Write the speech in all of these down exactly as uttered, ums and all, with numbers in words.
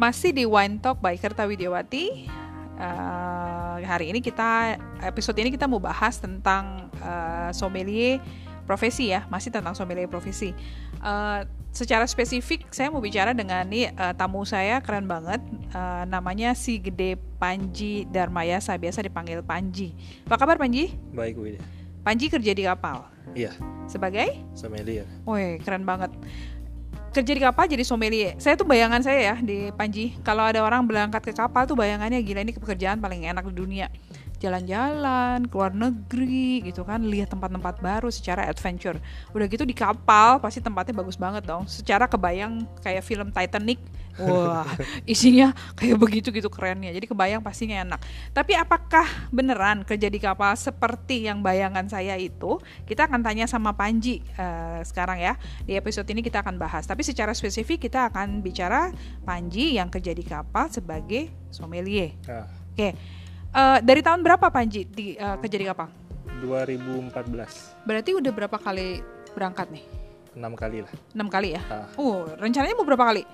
Masih di Wine Talk by Kerta Widiawati. Uh, hari ini kita episode ini kita mau bahas tentang uh, sommelier profesi ya, masih tentang sommelier profesi. Uh, secara spesifik saya mau bicara dengan nih uh, tamu saya keren banget, uh, namanya si Gede Panji Darmayasa, biasa dipanggil Panji. Apa kabar Panji? Baik Widya. Panji kerja di kapal. Iya. Sebagai? Sommelier. Woi, keren banget. Kerja di kapal jadi sommelier. Saya tuh bayangan saya ya di Panji, kalau ada orang berangkat ke kapal tuh bayangannya gila, ini pekerjaan paling enak di dunia. Jalan-jalan, keluar negeri gitu kan, lihat tempat-tempat baru secara adventure. Udah gitu di kapal pasti tempatnya bagus banget dong. Secara kebayang kayak film Titanic. Wah, isinya kayak begitu gitu kerennya. Jadi kebayang pastinya enak. Tapi apakah beneran kerja di kapal seperti yang bayangan saya itu? Kita akan tanya sama Panji uh, sekarang ya. Di episode ini kita akan bahas. Tapi secara spesifik kita akan bicara Panji yang kerja di kapal sebagai sommelier. Ah. Oke. Okay. Uh, dari tahun berapa Panji di, uh, kerja di kapal? dua ribu empat belas. Berarti udah berapa kali berangkat nih? enam kali lah. enam kali ya? Ah. Oh, rencananya mau berapa kali?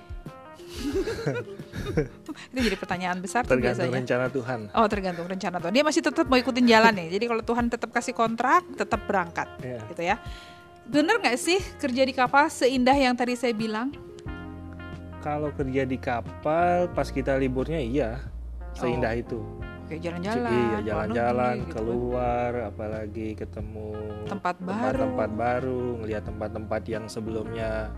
Itu jadi pertanyaan besar tuh tergantung biasanya. Rencana Tuhan. Oh, tergantung rencana Tuhan. Dia masih tetap mau ikutin jalan nih. Jadi kalau Tuhan tetap kasih kontrak, tetap berangkat, yeah. gitu ya. Bener nggak sih kerja di kapal seindah yang tadi saya bilang? Kalau kerja di kapal pas kita liburnya iya, seindah oh. itu. Oke, jalan-jalan. Iya, jalan-jalan negeri, keluar, gitu. Apalagi ketemu tempat baru, tempat-tempat baru, ngelihat tempat-tempat yang sebelumnya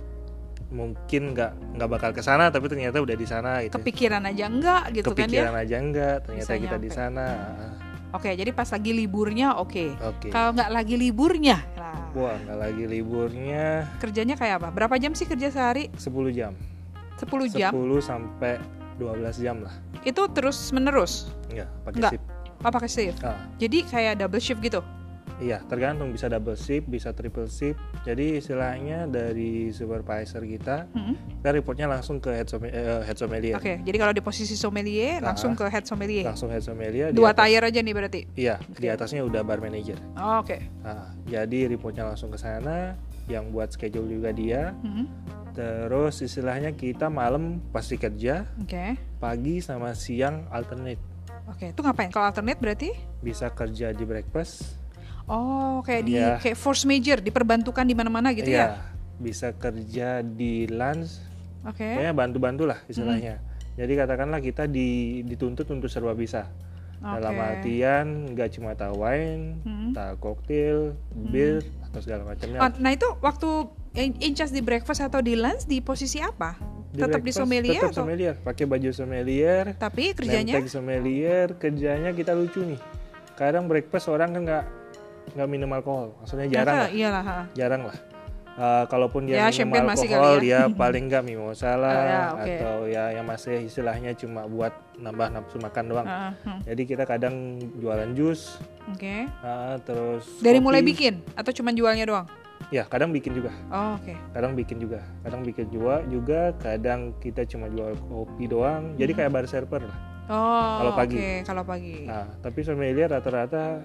mungkin nggak nggak bakal ke sana tapi ternyata udah di sana gitu. Kepikiran aja enggak gitu Kepikiran kan ya. Kepikiran aja enggak, ternyata bisa kita nyampe di sana. Oke, jadi pas lagi liburnya oke. Okay. Okay. Kalau nggak lagi liburnya, nah. Wah, nggak lagi liburnya. Kerjanya kayak apa? Berapa jam sih kerja sehari? sepuluh jam. sepuluh jam? sepuluh sampai dua belas jam lah. Itu terus menerus? Iya, pakai Enggak. shift. Oh, pakai shift. Ah. Jadi kayak double shift gitu? Iya, tergantung, bisa double shift, bisa triple shift. Jadi istilahnya dari supervisor kita, hmm. kita reportnya langsung ke head, somm- eh, head sommelier. Oke, okay, jadi kalau di posisi sommelier nah, langsung ke head sommelier. Langsung head sommelier. Dua tier aja nih berarti. Iya, okay. Di atasnya udah bar manager. Oh, oke. Okay. Nah, jadi reportnya langsung ke sana, yang buat schedule juga dia. Hmm. Terus istilahnya kita malam pasti kerja. Oke. Okay. Pagi sama siang alternate. Oke, okay. Itu ngapain? Kalau alternate berarti? Bisa kerja di breakfast. Oh, kayak di ya. kayak force major, diperbantukan di mana-mana gitu ya? Iya, bisa kerja di lunch. Oke. Okay. Kayaknya bantu-bantu lah istilahnya. Hmm. Jadi katakanlah kita di, dituntut untuk serba bisa. Okay. Dalam artian nggak cuma tahu wine, hmm. tahu koktail, bir hmm. atau segala macamnya. Oh, nah itu waktu in charge di breakfast atau di lunch di posisi apa? Di tetap di sommelier tetap atau? sommelier, pakai baju sommelier. Tapi kerjanya? Name tag sommelier, kerjanya kita lucu nih. Kadang breakfast orang kan nggak nggak minum alkohol, maksudnya jarang lah. Iyalah, ha. Jarang lah. Uh, kalaupun dia ya, minum alkohol, ya. dia paling nggak mimosa lah, uh, ya, okay. atau ya yang masih istilahnya cuma buat nambah nafsu makan doang. Uh, hmm. Jadi kita kadang jualan jus. Oke. Okay. Uh, terus. Dari kopi. mulai bikin atau cuma jualnya doang? Ya, kadang bikin juga. Oh, oke. Okay. Kadang bikin juga. Kadang bikin juga juga. Kadang kita cuma jual kopi doang. Jadi hmm. kayak bar server lah. Oh. Kalau pagi. Oke, okay. Kalau pagi. Nah, tapi sommelier rata-rata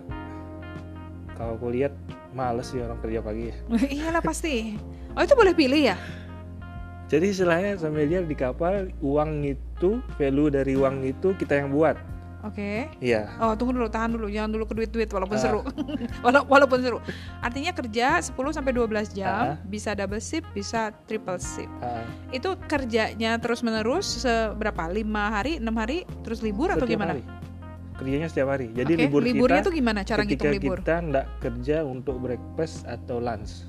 kalau aku lihat males sih orang kerja pagi ya. Iyalah pasti. Oh, itu boleh pilih ya? Jadi istilahnya sommelier di kapal, uang itu, value dari uang itu kita yang buat. Oke. Okay. Iya. Oh, tunggu dulu, tahan dulu, jangan dulu ke duit-duit walaupun uh. seru. Wala- walaupun seru. Artinya kerja sepuluh sampai dua belas jam, uh. bisa double shift, bisa triple shift. Uh. Itu kerjanya terus-menerus seberapa? lima hari, enam hari, terus libur setiap atau gimana? Hari. Kerjanya setiap hari. Jadi okay. libur Liburnya kita tuh gimana cara ngitung libur? Ketika kita enggak kerja untuk breakfast atau lunch.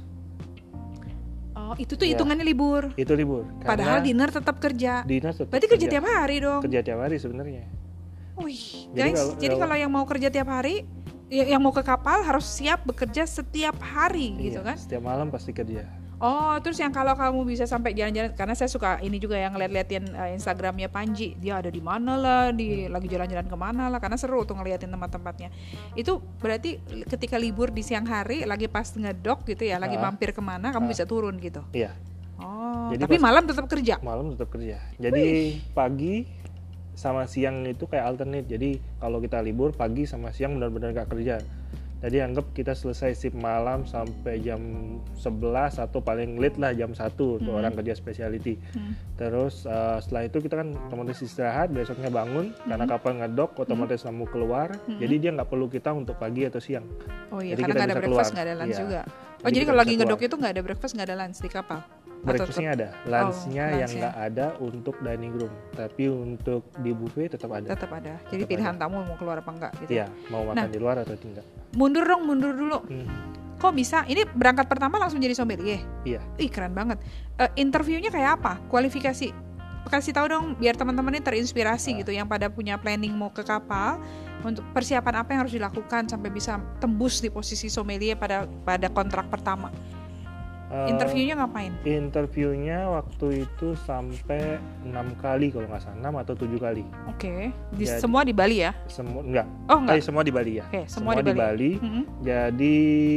Oh, itu tuh hitungannya ya, libur. Itu libur. Padahal dinner tetap kerja. Dinner tetap. Berarti kerja, kerja tiap hari dong. Kerja tiap hari sebenarnya. Wih, guys, jadi kalau, jadi kalau yang mau kerja tiap hari, yang mau ke kapal harus siap bekerja setiap hari, iya, gitu kan? Setiap malam pasti kerja. Oh, terus yang kalau kamu bisa sampai jalan-jalan, karena saya suka ini juga yang ngeliat-liatin uh, Instagramnya Panji, dia ada di mana lah, di hmm. lagi jalan-jalan kemana lah, karena seru tuh ngeliatin tempat-tempatnya. Itu berarti ketika libur di siang hari, lagi pas ngedok gitu ya, lagi ah. mampir kemana, kamu ah. bisa turun gitu. Iya. Oh, jadi tapi malam tetap kerja. Malam tetap kerja. Jadi Wih. pagi sama siang itu kayak alternate. Jadi kalau kita libur pagi sama siang benar-benar gak kerja. Jadi anggap kita selesai shift malam sampai jam sebelas atau paling late lah jam satu untuk Hmm. orang kerja specialty. Hmm. Terus uh, setelah itu kita kan otomatis istirahat, besoknya bangun Hmm. karena kapal ngedok otomatis tamu keluar. Hmm. Jadi dia nggak perlu kita untuk pagi atau siang. Oh iya, Jadi karena kita nggak ada bisa breakfast, keluar. nggak ada lunch Iya. juga. Oh Jadi jadi kita kalau lagi bisa ngedok keluar. itu nggak ada breakfast, nggak ada lunch di kapal? Atau Breakfastnya ada, Oh, lunchnya yang lunchnya. nggak ada untuk dining room, tapi untuk di buffet tetap ada. tetap ada. Jadi Tetap pilihan tamu mau keluar apa enggak gitu. Iya, mau makan Nah. di luar atau tidak. Mundur dong, mundur dulu. Hmm, Kok bisa? Ini berangkat pertama langsung jadi sommelier? iya. Ih keren banget. Eh, interviewnya kayak apa? Kualifikasi? Kasih tahu dong biar teman-teman ini terinspirasi Ah. gitu, yang pada punya planning mau ke kapal, untuk persiapan apa yang harus dilakukan sampai bisa tembus di posisi sommelier pada pada kontrak pertama. Eh, Interviewnya ngapain? Interviewnya waktu itu sampai enam kali kalau nggak salah, enam atau tujuh kali. Oke, di, Jadi- semua di Bali ya? Semua enggak, Oh enggak. eh, semua di Bali ya. Oke, semua di Bali. Mm-mm. Jadi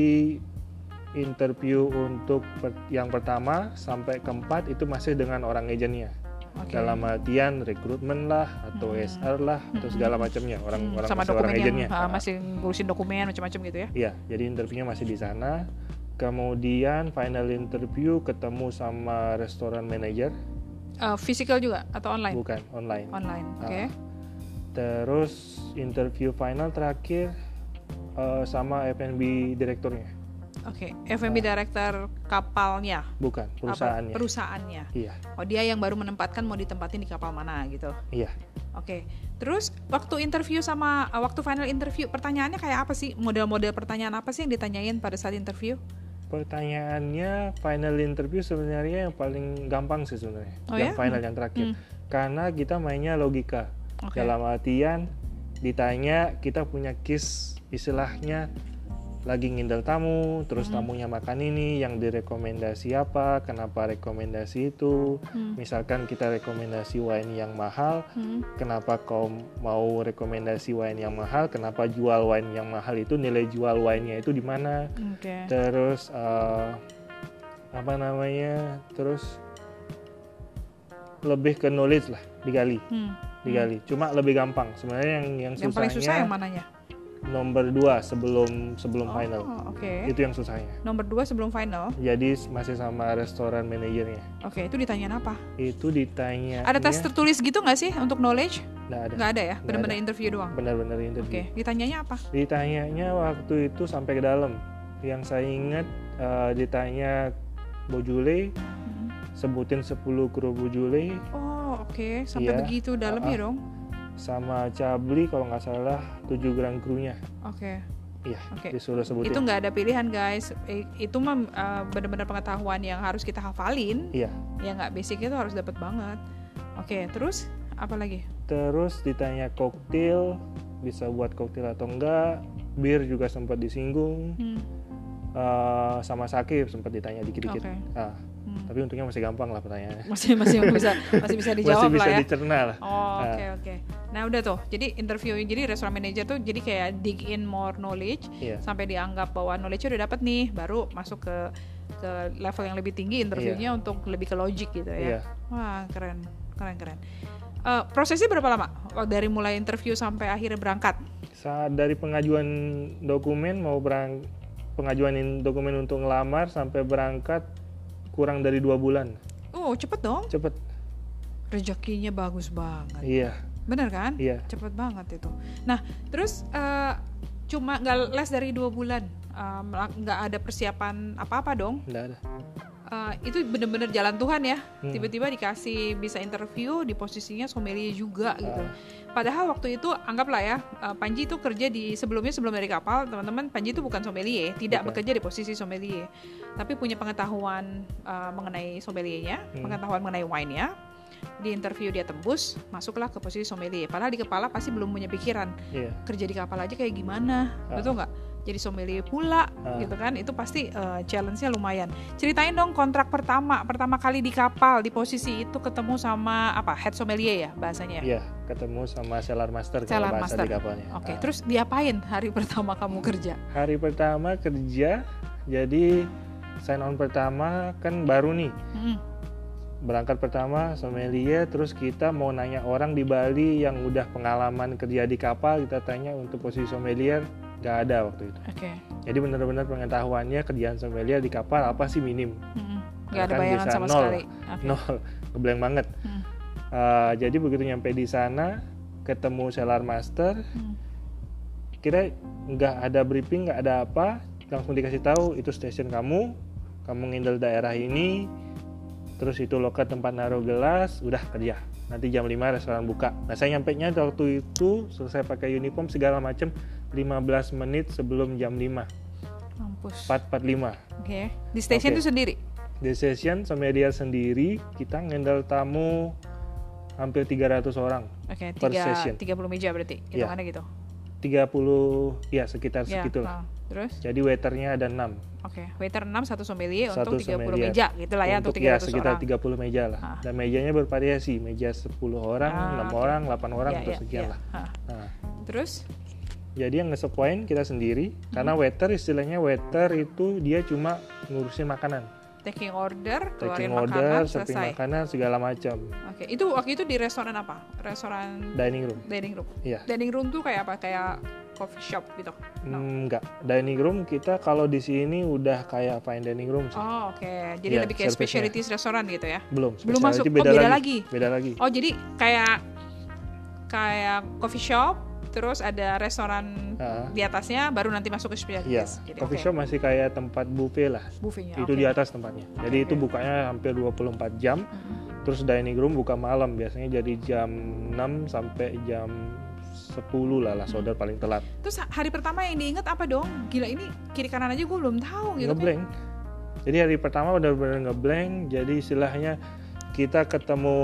interview untuk per- yang pertama sampai keempat itu masih dengan orang agentnya. Oke. Dalam artian rekrutmen lah atau Hmm. S R lah atau segala macamnya orang Hmm, orang sama masih orang dokumen yang agentnya. ah, Ah, masih ngurusin dokumen macam-macam gitu ya? Iya, jadi interviewnya masih di sana. Kemudian final interview ketemu sama restoran manager, Eh, physical juga atau online? bukan online. Online, Ah. oke. Terus interview final terakhir eh, sama F and B direkturnya, Oke, F and B director kapalnya, bukan apa? perusahaannya. Perusahaannya. Iya, Oh dia yang baru menempatkan mau ditempatin di kapal mana gitu. iya. Oke, terus waktu interview sama uh, waktu final interview pertanyaannya kayak apa sih? Model-model pertanyaan apa sih yang ditanyain pada saat interview? Pertanyaannya final interview sebenarnya yang paling gampang sih sebenarnya, Oh yang ya? final yang terakhir, Hmm. karena kita mainnya logika. Oke. Dalam artian ditanya kita punya case istilahnya lagi ngindel tamu, terus Hmm. tamunya makan ini, yang direkomendasi apa, kenapa rekomendasi itu. Hmm. Misalkan kita rekomendasi wine yang mahal, Hmm. kenapa kau mau rekomendasi wine yang mahal, kenapa jual wine yang mahal itu, nilai jual wine-nya itu di mana. Oke. Terus eh, apa namanya, terus lebih ke knowledge lah, digali, Hmm. digali. Cuma lebih gampang. Sebenarnya yang yang Yang paling susah susahnya yang mananya? nomor dua sebelum sebelum Oh, final. oke. Itu yang susahnya. Nomor dua sebelum final. Jadi masih sama restoran manajernya. Oke, itu ditanyain apa? Itu ditanya. Ada tes tertulis gitu nggak sih untuk knowledge? Nggak ada. Nggak ada ya, Nggak benar-benar ada. interview doang. Benar-benar Oke, interview. ditanyanya apa? Ditanyanya waktu itu sampai ke dalam. Yang saya ingat eh, ditanya Bojule, Hmm. sebutin sepuluh kru Bojule, Oh, oke, sampai Iya. begitu dalam Ah, ya dong. sama Cabli kalau nggak salah tujuh grand krunya. Oke. Iya, Oke. disuruh sebutin. Itu nggak ada pilihan guys. Eh, itu mah uh, benar-benar pengetahuan yang harus kita hafalin. Iya. Ya nggak basic itu harus dapat banget. Oke, terus apa lagi? Terus ditanya koktail, bisa buat koktail atau enggak. Bir juga sempat disinggung. Hmm. Eh, sama sake sempat ditanya dikit-dikit. Oke. Ah, Hmm. tapi untungnya masih gampang lah pertanyaannya. Masih masih bisa masih bisa dijawab masih bisa lah ya. dicerna lah. Oh, Ah. oke oke. Nah udah tuh. Jadi interview, jadi restoran manager tuh jadi kayak dig in more knowledge Iya. sampai dianggap bahwa knowledge-nya udah dapet nih, baru masuk ke ke level yang lebih tinggi interviewnya untuk lebih ke logic gitu ya. Iya. Wah keren keren keren. Eh, prosesnya berapa lama? Oh, dari mulai interview sampai akhirnya berangkat? Saat dari pengajuan dokumen mau berang pengajuan in- dokumen untuk ngelamar sampai berangkat kurang dari dua bulan. Oh cepet dong. Cepet. Rezekinya bagus banget. Iya. Bener kan? Iya. Cepet banget itu. Nah, terus eh, cuma nggak les dari dua bulan, Em, nggak ada persiapan apa-apa dong. Nggak ada. Eh, itu bener-bener jalan Tuhan ya. Hmm. Tiba-tiba dikasih bisa interview di posisinya sommelier juga gitu. Ah. Padahal waktu itu anggaplah ya, eh, Panji itu kerja di sebelumnya sebelum dari kapal, teman-teman. Panji itu bukan sommelier, tidak Bukan. bekerja di posisi sommelier, tapi punya pengetahuan eh, mengenai sommeliernya, Hmm. pengetahuan mengenai wine-nya. Di interview dia tembus, masuklah ke posisi sommelier. Padahal di kepala pasti belum punya pikiran Iya. kerja di kapal aja kayak gimana, Ah. betul nggak? Jadi sommelier pula, Ah. gitu kan? Itu pasti eh, challenge-nya lumayan. Ceritain dong kontrak pertama, pertama kali di kapal di posisi itu ketemu sama apa? Head sommelier ya bahasanya. Iya, ketemu sama cellar master Cellar kalau bahasa master. di kapalnya. Oke, Ah. terus diapain hari pertama kamu kerja? Hari pertama kerja, jadi sign on pertama kan baru nih. Mm-mm. Berangkat pertama sommelier, terus kita mau nanya orang di Bali yang udah pengalaman kerja di kapal, kita tanya untuk posisi sommelier nggak ada waktu itu. Oke. Okay. Jadi benar-benar pengetahuannya kerjaan sommelier di kapal apa sih minim. Mm-hmm. Nggak ada kan bayangan sama nol, sekali. Okay. Nol, ngeblank banget. Mm. Uh, jadi begitu nyampe di sana, ketemu Cellar Master, mm. kira nggak ada briefing, nggak ada apa, langsung dikasih tahu itu station kamu, kamu ngindel daerah ini, terus itu loker tempat naruh gelas, udah kerja. Nanti jam lima restoran buka. Nah saya nyampenya waktu itu selesai pakai uniform segala macam lima belas menit sebelum jam lima. Mampus. empat empat puluh lima. Oke. Okay. Di station itu okay. sendiri? Di station sama dia sendiri, kita ngendal tamu hampir tiga ratus orang. Oke, okay, per session. tiga puluh meja berarti, hitungannya yeah. gitu? tiga puluh, ya sekitar yeah, segitulah. Nah, terus? Jadi waiternya ada enam. Oke, okay. Waiter enam, satu sommelier satu untuk tiga puluh sommelier. Meja gitu lah ya, untuk tiga ratus ya, sekitar orang. tiga puluh meja lah. Ah. Dan mejanya bervariasi, meja sepuluh orang, ah, enam okay. orang, delapan orang, yeah, atau yeah, sekian yeah. lah. Ah. Nah. Terus? Jadi yang nge-serve wine kita sendiri, hmm. karena waiter istilahnya waiter itu dia cuma ngurusin makanan. Taking order, keluarin Taking order, makanan, serving selesai. makanan, segala macam. Oke, itu waktu itu di restoran apa? Restoran dining room. Dining room. Iya. Dining room tuh kayak apa? Kayak coffee shop gitu? No. Hmm, enggak. Dining room kita kalau di sini udah kayak fine dining room sih. Oh, oke. Okay. Jadi ya, lebih kayak specialties restoran gitu ya? Belum. Belum masuk. Beda, oh, beda lagi. lagi. Beda lagi. Oh, jadi kayak kayak coffee shop, terus ada restoran uh, di atasnya, baru nanti masuk ke specialties. Iya. Jadi, coffee okay. shop masih kayak tempat buffet lah. Buffetnya. Itu okay. di atas tempatnya. Okay, jadi okay. itu bukanya hampir dua puluh empat jam. Mm-hmm. Terus dining room buka malam, biasanya jadi jam enam sampai jam sepuluh lah lah, saudara hmm. paling telat. Terus hari pertama yang diinget apa dong? Gila, ini kiri kanan aja gue belum tahu gitu. Ngeblank. Kan? Jadi hari pertama benar-benar ngeblank. Jadi istilahnya kita ketemu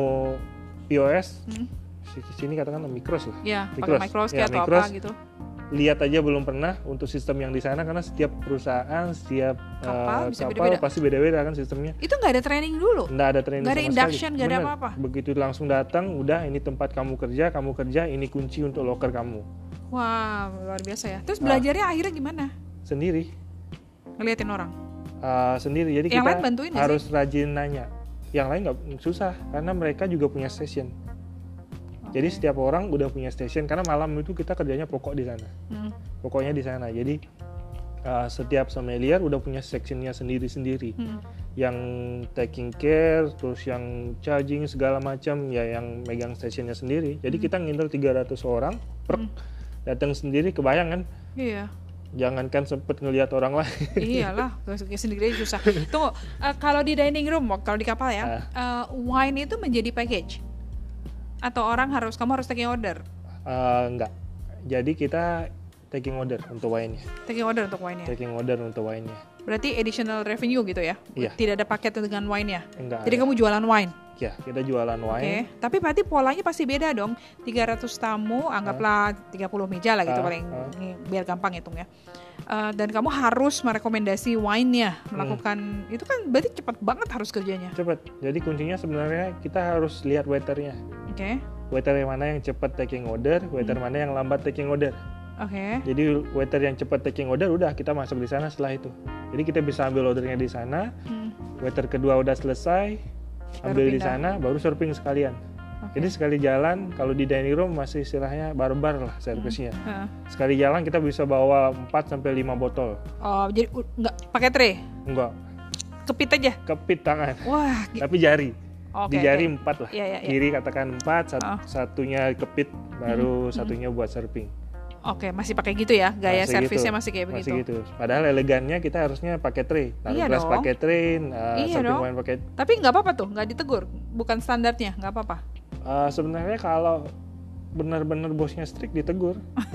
P O S, hmm. sini katakan Micros lah. Iya, pakai Micros ya, atau Micros, apa gitu. Lihat aja belum pernah untuk sistem yang di sana, karena setiap perusahaan, setiap kapal, uh, bisa kapal beda-beda. pasti beda-beda kan sistemnya. Itu nggak ada training dulu? Nggak ada training nggak ada sama induction, sekali. nggak ada apa-apa? Begitu langsung datang, udah ini tempat kamu kerja, kamu kerja, ini kunci untuk loker kamu. Wah, luar biasa ya. Terus belajarnya nah, akhirnya gimana? Sendiri. Ngeliatin orang? Uh, sendiri, jadi yang kita lain bantuin harus sih? rajin nanya. Yang lain nggak susah, karena mereka juga punya station. Jadi setiap orang udah punya station, karena malam itu kita kerjanya pokok di sana. Hmm. Pokoknya di sana. Jadi uh, setiap sommelier udah punya sectionnya sendiri-sendiri. Hmm. Yang taking care, terus yang charging segala macam, ya yang megang stationnya sendiri. Jadi hmm. kita ngintel tiga ratus orang, per hmm. datang sendiri, kebayang kan? Iya. Jangankan sempet ngelihat orang lain. Iyalah, sendiri susah. Tunggu, uh, kalau di dining room, kalau di kapal ya, uh. Uh, wine itu menjadi package? Atau orang harus, kamu harus taking order? Uh, enggak. Jadi kita taking order untuk wine-nya. Taking order untuk wine-nya? Taking order untuk wine-nya. Berarti additional revenue gitu ya? Iya. Tidak ada paket dengan wine-nya? Enggak. Jadi ada. Kamu jualan wine? Ya, kita jualan wine. Oke, okay. Tapi berarti polanya pasti beda dong. tiga ratus tamu, anggaplah uh. tiga puluh meja lah gitu uh. paling, uh. biar gampang hitungnya. Uh, dan kamu harus merekomendasi wine-nya, melakukan, hmm. itu kan berarti cepat banget harus kerjanya. Cepat, jadi kuncinya sebenarnya kita harus lihat waiternya. Oke. Okay. Waiter yang mana yang cepat taking order, waiter hmm. mana yang lambat taking order. Oke. Okay. Jadi waiter yang cepat taking order, udah kita masuk di sana setelah itu. Jadi kita bisa ambil ordernya di sana, hmm. waiter kedua udah selesai, baru ambil pindah. Di sana, baru serving sekalian. Okay. Jadi sekali jalan, kalau di dining room masih istilahnya barbar lah servisnya. Hmm. Sekali jalan kita bisa bawa empat sampai lima botol. Oh, jadi nggak pakai tray? Enggak. Kepit aja? Kepit tangan. Wah. Tapi jari. Okay, di jari okay. empat lah. Yeah, yeah, yeah. Kiri katakan empat, sat- oh. satunya kepit, baru hmm. satunya hmm. buat serving. Oke, okay, masih pakai gitu ya, gaya masih servisnya gitu. Masih kayak begitu. Masih gitu. Padahal elegannya kita harusnya pakai tray, taruh iya gelas pakai tray, uh, iya serving dong. wine pakai. Tapi nggak apa-apa tuh, nggak ditegur, bukan standarnya, nggak apa-apa. Uh, sebenarnya kalau benar-benar bosnya strict ditegur.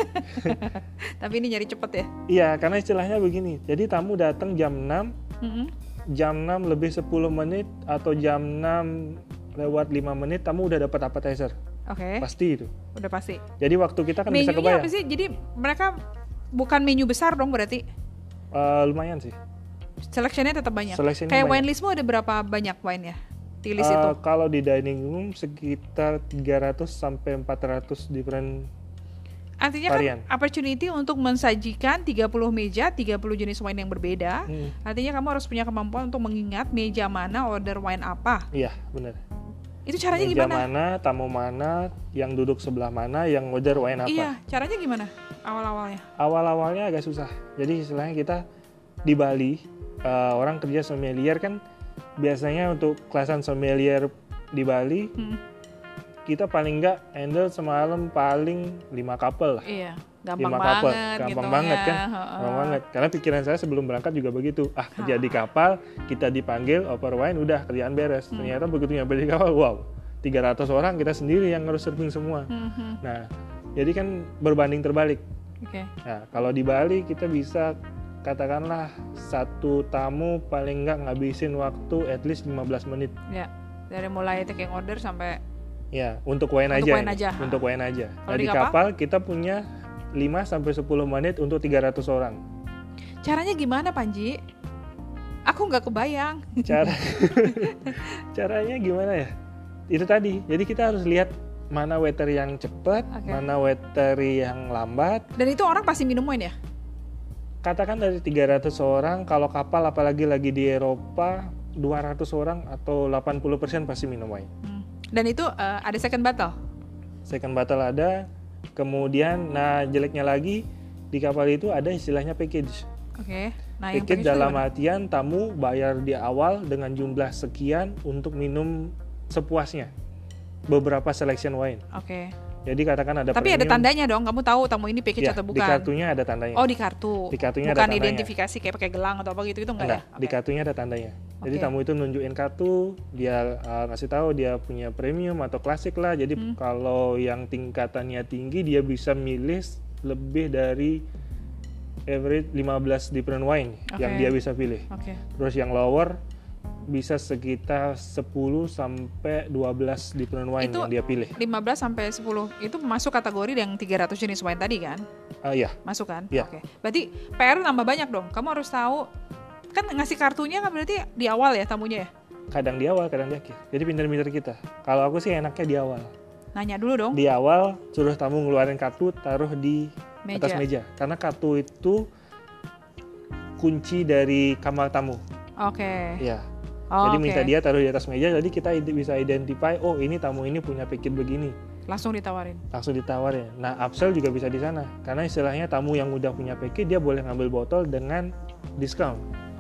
Tapi ini nyari cepet ya? Iya, karena istilahnya begini. Jadi tamu datang jam enam, mm-hmm. jam enam lebih sepuluh menit atau jam enam lewat lima menit tamu udah dapat appetizer. Oke. Okay. Pasti itu. Udah pasti. Jadi waktu kita kan menunya bisa kebayang. Apa sih? Jadi mereka bukan menu besar dong berarti? Uh, lumayan sih. Seleksinya tetap banyak. Seleksinya kayak banyak. wine listmu ada berapa banyak wine-nya? Di list uh, itu? Kalau di dining room sekitar tiga ratus sampai empat ratus different. Artinya varian. Kan opportunity untuk mensajikan tiga puluh meja, tiga puluh jenis wine yang berbeda. Hmm. Artinya kamu harus punya kemampuan untuk mengingat meja mana, order wine apa. Iya, benar. Itu caranya meja gimana? Meja mana, tamu mana, yang duduk sebelah mana, yang order wine apa. Iya, caranya gimana? awal-awalnya? Awal-awalnya agak susah. Jadi istilahnya kita di Bali, uh, orang kerja sommelier kan biasanya untuk kelasan sommelier di Bali, hmm. kita paling nggak handle semalam paling lima couple lah. Iya, gampang lima banget. Couple. Gampang gitu banget ya. kan? Gampang banget. Karena pikiran saya sebelum berangkat juga begitu. Ah, kerja di kapal, kita dipanggil, oper wine, udah kerjaan beres. Hmm. Ternyata begitu nyampe di kapal, wow, tiga ratus orang kita sendiri yang harus serving semua. Hmm. Nah, jadi kan berbanding terbalik. Okay. Nah, kalau di Bali kita bisa katakanlah satu tamu paling nggak ngabisin waktu at least lima belas menit. Ya, dari mulai taking order sampai ya, untuk wine untuk aja. Wine aja. Untuk wine aja. Kalau nah, di kapal? kapal kita punya lima sampai sepuluh menit untuk tiga ratus orang. Caranya gimana, Panji? Aku nggak kebayang. Cara Caranya gimana ya? Itu tadi. Jadi kita harus lihat mana waiter yang cepat, okay. mana waiter yang lambat. Dan itu orang pasti minum wine ya? Katakan dari tiga ratus orang, kalau kapal apalagi lagi di Eropa, dua ratus orang atau delapan puluh persen pasti minum wine. Hmm. Dan itu uh, ada second bottle? Second bottle ada. Kemudian, nah jeleknya lagi, di kapal itu ada istilahnya package. Oke. Okay. Nah, package dalam artian tamu bayar di awal dengan jumlah sekian untuk minum sepuasnya. Beberapa selection wine. Oke. Okay. Jadi katakan ada Tapi premium, ada tandanya dong, kamu tahu tamu ini package ya, atau bukan? Di kartunya ada tandanya. Oh, di kartu. Di kartunya bukan ada tandanya. identifikasi kayak pakai gelang atau apa gitu itu enggak, enggak ya? Okay. Di kartunya ada tandanya. Jadi okay. tamu itu nunjukin kartu, dia uh, ngasih tahu dia punya premium atau klasik lah. Jadi hmm. kalau yang tingkatannya tinggi dia bisa milih lebih dari average lima belas different wine okay. yang dia bisa pilih. Okay. Terus yang lower bisa sekitar sepuluh sampai dua belas different wine itu yang dia pilih. lima belas sampai sepuluh itu masuk kategori yang tiga ratus jenis wine tadi kan? Uh, iya. Masuk kan? Iya. Oke. Okay. Berarti P R nambah banyak dong. Kamu harus tahu kan ngasih kartunya kan berarti di awal ya tamunya ya? Kadang di awal, kadang di akhir. Jadi pinter-pinter kita. Kalau aku sih enaknya di awal. Nanya dulu dong. Di awal suruh tamu ngeluarin kartu, taruh di meja. atas meja. Karena kartu itu kunci dari kamar tamu. Oke. Okay. Iya. Oh, jadi okay. minta dia taruh di atas meja, jadi kita bisa identify, oh ini tamu ini punya paket begini. Langsung ditawarin. Langsung ditawarin. Nah, upsell juga bisa di sana. Karena istilahnya tamu yang udah punya paket dia boleh ngambil botol dengan diskon.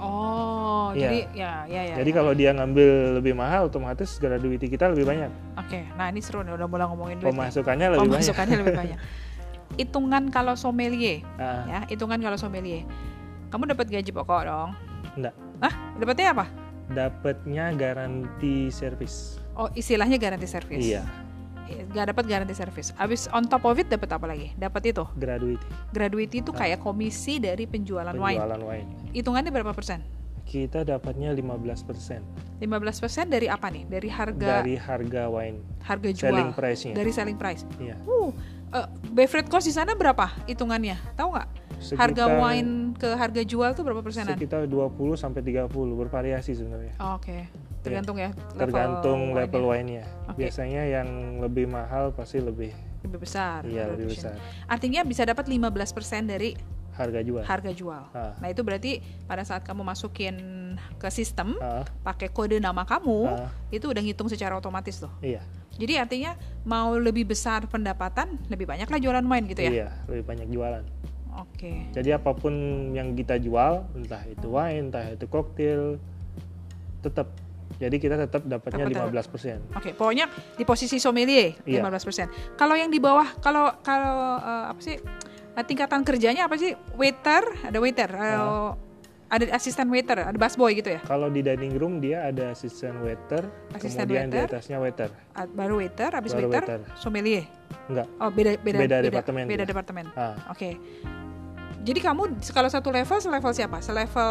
Oh, ya. jadi ya ya ya. Jadi ya. kalau dia ngambil lebih mahal, otomatis gratuity kita lebih banyak. Oke, okay. Nah ini seru nih, udah mulai ngomongin duit. Pemasukannya lebih Pemasukannya banyak. Pemasukannya lebih banyak. Hitungan kalau sommelier, uh. ya, hitungan kalau sommelier. Kamu dapat gaji pokok dong? Enggak. Ah, dapatnya apa? Dapatnya garansi service. Oh, istilahnya garansi service. Iya. Gak dapat garansi service. Abis on top of it dapat apa lagi? Dapat itu? Gratuity. Gratuity itu nah. kayak komisi dari penjualan, penjualan wine. wine. Hitungannya berapa persen? Kita dapatnya lima belas persen. lima belas persen dari apa nih? Dari harga Dari harga wine. Harga jual. Selling price-nya. Dari selling price. Iya. Uh, uh, beverage cost di sana berapa hitungannya? Tahu nggak? Harga wine ke harga jual tuh berapa persenan? Sekitar dua puluh sampai tiga puluh, bervariasi sebenarnya. Oh, Oke. Okay. Tergantung ya, ya level tergantung level wine-nya. Okay. Biasanya yang lebih mahal pasti lebih lebih besar. Iya, lebih besar. Artinya bisa dapat lima belas persen dari harga jual. Harga jual. Ah. Nah, itu berarti pada saat kamu masukin ke sistem ah. pakai kode nama kamu, ah. itu udah ngitung secara otomatis tuh. Iya. Jadi artinya mau lebih besar pendapatan, lebih banyak lah jualan wine gitu ya. Iya, lebih banyak jualan. Oke. Okay. Jadi apapun yang kita jual, entah itu wine, entah itu koktail, tetap. Jadi kita tetap dapatnya lima belas persen. Oke, okay, pokoknya di posisi sommelier iya. lima belas persen. Kalau yang di bawah, kalau kalau uh, apa sih tingkatan kerjanya apa sih? Waiter, ada waiter, uh, ada asisten waiter, ada busboy gitu ya? Kalau di dining room dia ada asisten waiter, asisten kemudian waiter, di atasnya waiter. Baru waiter, habis baru waiter, waiter, sommelier. Enggak. Oh, beda beda beda, beda departemen. Beda dia. departemen. Ah. Oke. Okay. Jadi kamu kalau satu level, selevel siapa? Selevel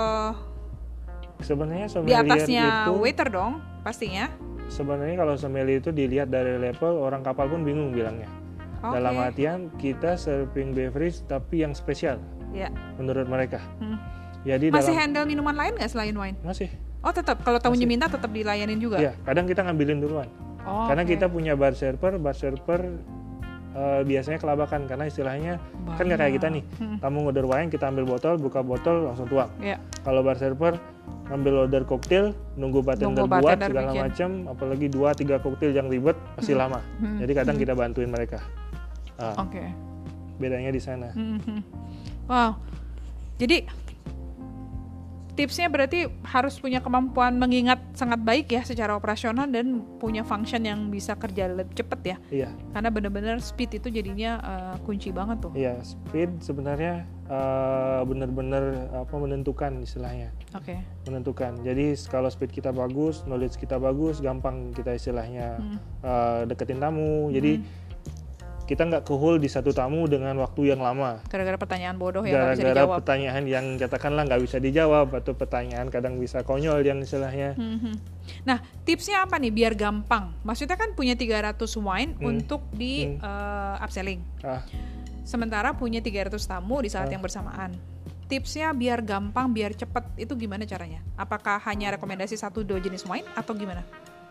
sebenarnya sommelier di atasnya itu, waiter dong, pastinya. Sebenarnya kalau sommelier itu dilihat dari level, orang kapal pun bingung bilangnya. Okay. Dalam artian kita serving beverage tapi yang spesial. Ya. Menurut mereka. Hmm. Jadi masih dalam, handle minuman lain nggak selain wine? Masih. Oh tetap, kalau tamunya minta tetap dilayanin juga? Iya, kadang kita ngambilin duluan. Oh, karena okay. kita punya bar server, bar server uh, biasanya kelabakan karena istilahnya banyak. Kan nggak kayak kita nih, hmm. tamu order wine kita ambil botol, buka botol langsung tuang. Yeah. Kalau bar server ngambil order koktail, nunggu bartender nunggu buat bartender segala macam, apalagi dua tiga koktail yang ribet pasti hmm. lama. Hmm. Jadi kadang hmm. kita bantuin mereka. Uh, Oke. Okay. bedanya di sana. Mhm. Wow. Jadi tipsnya berarti harus punya kemampuan mengingat sangat baik ya secara operasional dan punya function yang bisa kerja lebih cepat ya. Iya. Karena benar-benar speed itu jadinya uh, kunci banget tuh. Iya, speed sebenarnya uh, benar-benar apa menentukan istilahnya. Oke. Okay. Menentukan. Jadi kalau speed kita bagus, knowledge kita bagus, gampang kita istilahnya hmm. uh, deketin tamu. Hmm. Jadi kita nggak kehul di satu tamu dengan waktu yang lama. Gara-gara pertanyaan bodoh yang nggak bisa dijawab. Gara-gara pertanyaan yang katakanlah nggak bisa dijawab atau pertanyaan kadang bisa konyol yang istilahnya. Hmm. Nah, tipsnya apa nih biar gampang? Maksudnya kan punya tiga ratus wine hmm. untuk di hmm. uh, upselling. Ah. Sementara punya tiga ratus tamu di saat ah. yang bersamaan. Tipsnya biar gampang, biar cepat itu gimana caranya? Apakah hanya rekomendasi satu dua jenis wine atau gimana?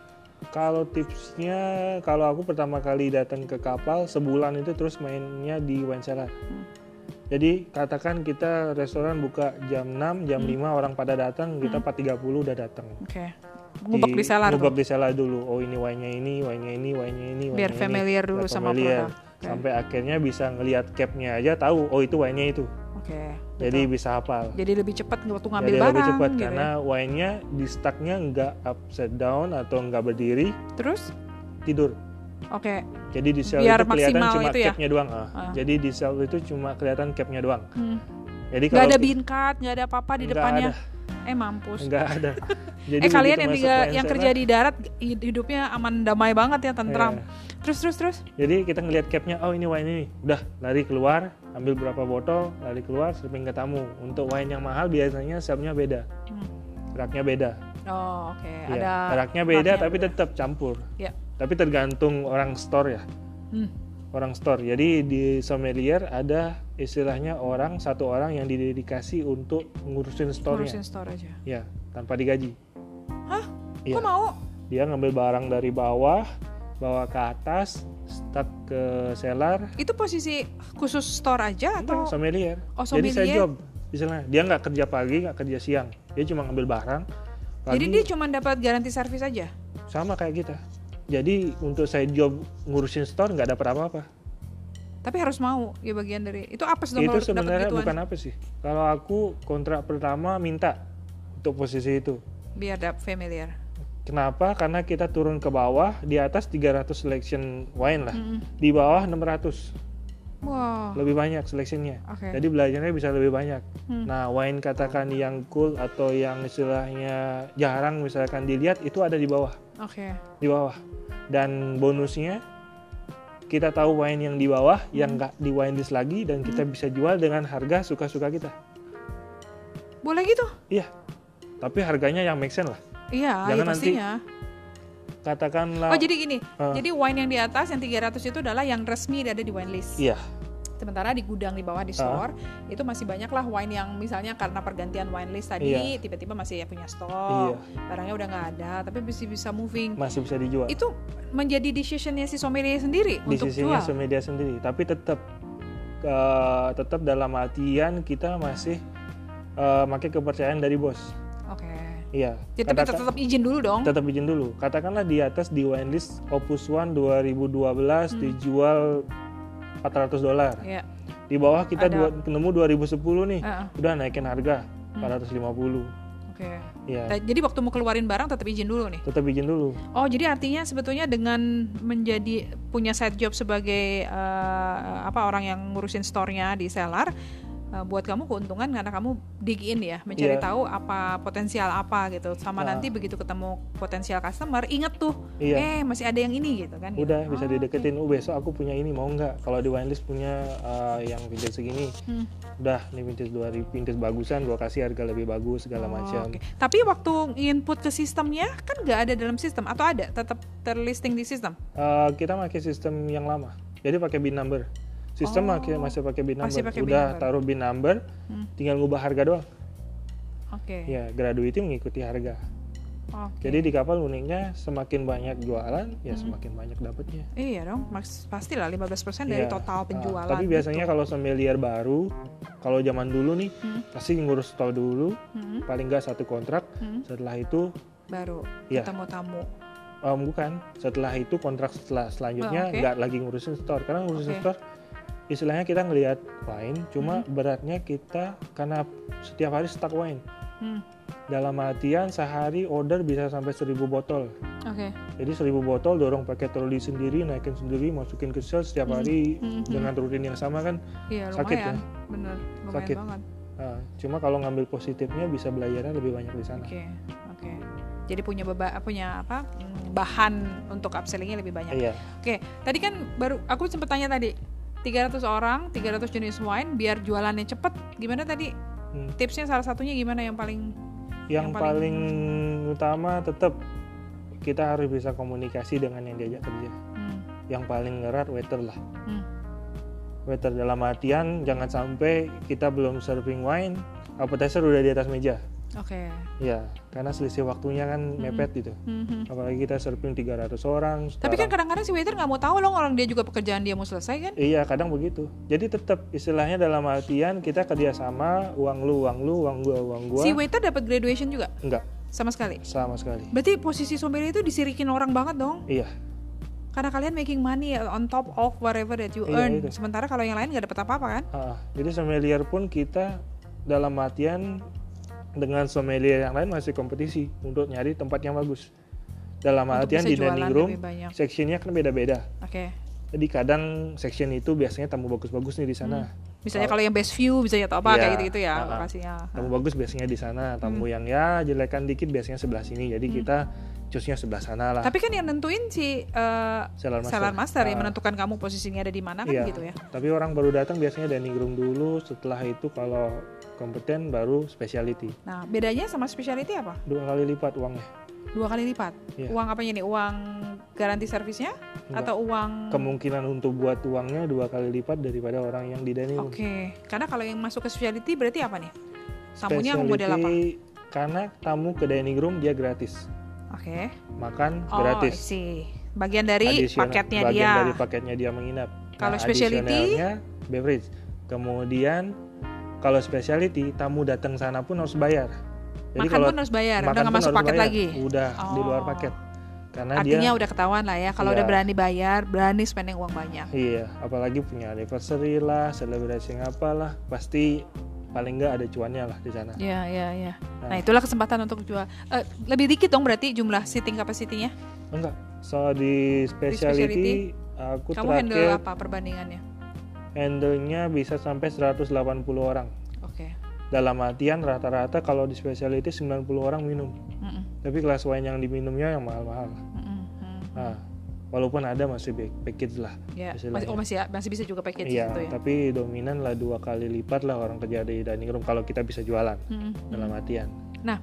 Kalau tipsnya, kalau aku pertama kali datang ke kapal sebulan itu terus mainnya di wine cellar. Hmm. Jadi katakan kita restoran buka jam enam, jam hmm. lima orang pada datang, kita hmm. empat tiga puluh udah datang. Oke. Okay. Ngubek di, di cellar. Ngubek di cellar dulu. Oh ini wine-nya ini, wine-nya ini, wine-nya ini, wine-nya biar ini. familiar dulu biar sama familiar. produk. Okay. Sampai akhirnya bisa ngelihat cap-nya aja tahu, oh itu wine-nya itu. Oke. Okay, jadi betul. Bisa hafal. Jadi lebih cepat waktu ngambil Jadi barang. Lebih cepat gitu karena ya? wine-nya di stack-nya nggak upside down atau nggak berdiri. Terus? Tidur. Oke. Okay. Jadi di sel biar itu kelihatan cuma ya? cap-nya doang. Ah. Ah. Jadi di sel itu cuma kelihatan cap-nya doang. Hmm. Jadi nggak ada bin card, nggak ada apa-apa di depannya. Ada. Eh mampus. Nggak ada. Jadi eh kalian yang tiga, yang kerja di darat hidupnya aman damai banget ya, tentram. Yeah. Terus terus terus. Jadi kita ngelihat cap-nya, oh ini wine ini. Udah lari keluar, ambil berapa botol, lari keluar, serving ke tamu. Untuk wine yang mahal biasanya shelf-nya beda. Hmm. Raknya beda. Oh oke. Okay. Ya, ada. Raknya beda tapi beda. Tetap campur. Ya. Yeah. Tapi tergantung orang store ya. Hmm. Orang store. Jadi di sommelier ada istilahnya orang satu orang yang didedikasi untuk ngurusin store-nya. Ngurusin store aja. Ya, tanpa digaji. Hah? Ya. Kok mau? Dia ngambil barang dari bawah, bawa ke atas, start ke cellar. Itu posisi khusus store aja atau? Enggak, sommelier. Oh, sommelier. Jadi saya job. Istilahnya dia nggak kerja pagi, nggak kerja siang. Dia cuma ngambil barang. Pagi, jadi dia cuma dapat garansi servis aja? Sama kayak kita. Jadi untuk saya job ngurusin store nggak dapat apa-apa. Tapi harus mau ya bagian dari itu apa sih? Itu sebenarnya bukan apa sih. Kalau aku kontrak pertama minta untuk posisi itu. Biar dapat familiar. Kenapa? Karena kita turun ke bawah, di atas tiga ratus selection wine lah, mm-hmm. di bawah enam ratus. Wow. Lebih banyak selectionnya. Okay. Jadi belajarnya bisa lebih banyak. Hmm. Nah wine katakan yang cool atau yang istilahnya jarang misalkan dilihat itu ada di bawah. Oke. Okay. Di bawah. Dan bonusnya kita tahu wine yang di bawah hmm. yang nggak di wine list lagi dan kita hmm. bisa jual dengan harga suka-suka kita. Boleh gitu? Iya. Tapi harganya yang make sense lah. Iya, jangan ya pastinya. Nanti katakanlah. Oh jadi gini, uh, jadi wine yang di atas yang tiga ratus itu adalah yang resmi ada di wine list. Iya. Sementara di gudang di bawah di store uh. itu masih banyak lah wine yang misalnya karena pergantian wine list tadi iya. tiba-tiba masih ya punya stok, iya. barangnya udah nggak ada, tapi masih bisa moving. Masih bisa dijual. Itu menjadi decisionnya si sommelier sendiri untuk jual. Decisionnya sommelier sendiri, tapi tetap uh, tetap dalam artian kita masih uh, pakai kepercayaan dari bos. Oke. Okay. Iya. Ya, tapi Katakan, tetap izin dulu dong. Tetap izin dulu. Katakanlah di atas di wine list Opus One dua ribu dua belas hmm. dijual empat ratus dolar. Iya. Di bawah kita dua, nemu dua ribu sepuluh nih. Uh-uh. Udah naikin harga hmm. empat ratus lima puluh. Oke. Okay. Iya. Jadi waktu mau keluarin barang tetap izin dulu nih. Tetap izin dulu. Oh, jadi artinya sebetulnya dengan menjadi punya side job sebagai uh, apa orang yang ngurusin store-nya di cellar, buat kamu keuntungan karena kamu dig in ya, mencari yeah. tahu apa potensial apa gitu, sama nah. nanti begitu ketemu potensial customer inget tuh yeah. eh masih ada yang ini gitu kan. Udah gitu. bisa oh, dideketin, okay. oh besok aku punya ini mau nggak, kalau di wine list punya uh, yang vintage segini, hmm. udah nih vintage dua ribu vintage bagusan gua kasih harga lebih bagus segala oh, macam. Okay. Tapi waktu input ke sistemnya kan nggak ada dalam sistem atau ada tetap terlisting di sistem? Uh, kita pakai sistem yang lama, jadi pakai bin number. Sistem oh, masih pakai bin number, udah bin number. Taruh bin number, hmm. tinggal ngubah harga doang. Oke. Okay. Ya, graduity mengikuti harga. Okay. Jadi di kapal uniknya semakin banyak jualan, ya hmm. semakin banyak dapatnya. Iya dong, Mas, pastilah lima belas persen dari ya. Total penjualan. Nah, tapi biasanya gitu. Kalau sommelier baru, kalau zaman dulu nih, hmm. pasti ngurus stall dulu, hmm. paling nggak satu kontrak. Hmm. Setelah itu baru ya. Ketemu tamu. Um, bukan, setelah itu kontrak setelah selanjutnya nggak oh, okay. lagi ngurusin store, karena ngurusin okay. store istilahnya kita ngelihat wine, cuma Hmm. beratnya kita karena setiap hari stock wine. Hmm. Dalam artian sehari order bisa sampai seribu botol. Oke. Jadi seribu botol dorong pakai troli sendiri, naikin sendiri, masukin ke sel setiap Hmm. hari Hmm. dengan rutin yang sama kan. Iya, Sakit lumayan. ya? Bener, lumayan Sakit. banget. Nah, cuma kalau ngambil positifnya bisa belajarnya lebih banyak di sana. Oke, oke. Jadi punya beba, punya apa? hmm, bahan untuk upsellingnya lebih banyak. Iya. Oke, tadi kan baru aku sempat tanya tadi tiga ratus orang, tiga ratus jenis wine biar jualannya cepet. Gimana tadi? Hmm. Tipsnya salah satunya gimana yang paling Yang, Yang paling... paling- utama tetap kita harus bisa komunikasi dengan yang diajak kerja. hmm, Yang paling erat waiter lah. hmm, Waiter dalam artian jangan sampai kita belum serving wine, appetizer udah di atas meja. Oke. Ya, karena selisih waktunya kan mepet gitu. Hmm, hmm. Apalagi kita serving tiga ratus orang. Tapi kan sekarang- kadang-kadang si waiter nggak mau tahu loh orang dia juga pekerjaan dia mau selesai kan? Iya, kadang begitu. Jadi tetap istilahnya dalam artian kita kerjasama, uang lu, uang lu, uang gua, uang gua. Si waiter dapat graduation juga Enggak, sama sekali. sama sekali. Berarti posisi sommelier itu disirikin orang banget dong? Iya, Karena kalian making money on top of whatever that you Iya, earn. itu. Sementara kalau yang lain nggak dapat apa-apa kan? ah, jadi sommelier pun kita dalam artian dengan sommelier yang lain masih kompetisi untuk nyari tempat yang bagus. Dalam Untuk artian bisa di dining jualan room, lebih banyak. sectionnya kan beda-beda. Oke. Jadi kadang section itu biasanya tamu bagus-bagus nih di sana. Misalnya kalau yang best view bisa atau apa Iya, kayak gitu-gitu ya ah, ah. lokasinya. Tamu bagus biasanya di sana, tamu Hmm. yang ya jelekan dikit biasanya sebelah sini. Jadi kita choose-nya sebelah sana lah. Tapi kan yang nentuin si uh, Seller master. seller master yang Ah. menentukan kamu posisinya ada di mana kan Iya, gitu ya. tapi orang baru datang biasanya dining room dulu, setelah itu kalau kompeten baru specialty. Nah, bedanya sama specialty apa? Dua kali lipat uangnya. Dua kali lipat. Iya. Uang apanya nih? Uang garansi servisnya Enggak. atau uang Kemungkinan untuk buat uangnya dua kali lipat daripada orang yang di dining room. Oke. Karena kalau yang masuk ke specialty berarti apa nih? Tamunya model apa? Specialty, karena tamu ke dining room dia gratis. Oke. Makan Oh, I gratis. see. Bagian dari Additional- paketnya bagian dia. dari paketnya dia menginap. Kalau Nah, specialty? additionalnya beverage. Kemudian kalau specialty tamu datang sana pun harus bayar. Makan kalau pun harus bayar, udah makan nggak pun masuk harus paket bayar. lagi. Udah di luar Oh. paket. Karena Artinya dia udah ketahuan lah ya. Kalau Iya. udah berani bayar, berani spending uang banyak. iya, apalagi punya anniversary lah, celebrity apalah, pasti paling nggak ada cuannya lah di sana. Iya, iya, iya. Nah. Nah, itulah kesempatan untuk jual. Eh, lebih dikit dong berarti jumlah seating capacity-nya. Enggak. So di specialty, specialty, aku Kamu handle terakhir apa perbandingannya? handle-nya bisa sampai seratus delapan puluh orang. Oke. Dalam artian rata-rata kalau di specialty sembilan puluh orang minum. Mm-mm, Tapi kelas wine yang diminumnya yang mahal-mahal. mm-mm, mm. Nah, walaupun ada masih back- package lah. Ya, istilahnya. masih, oh masih masih bisa juga package Iya, gitu ya. tapi dominan lah dua kali lipat lah orang kerja di dining room kalau kita bisa jualan Mm-mm, dalam mm. artian. Nah,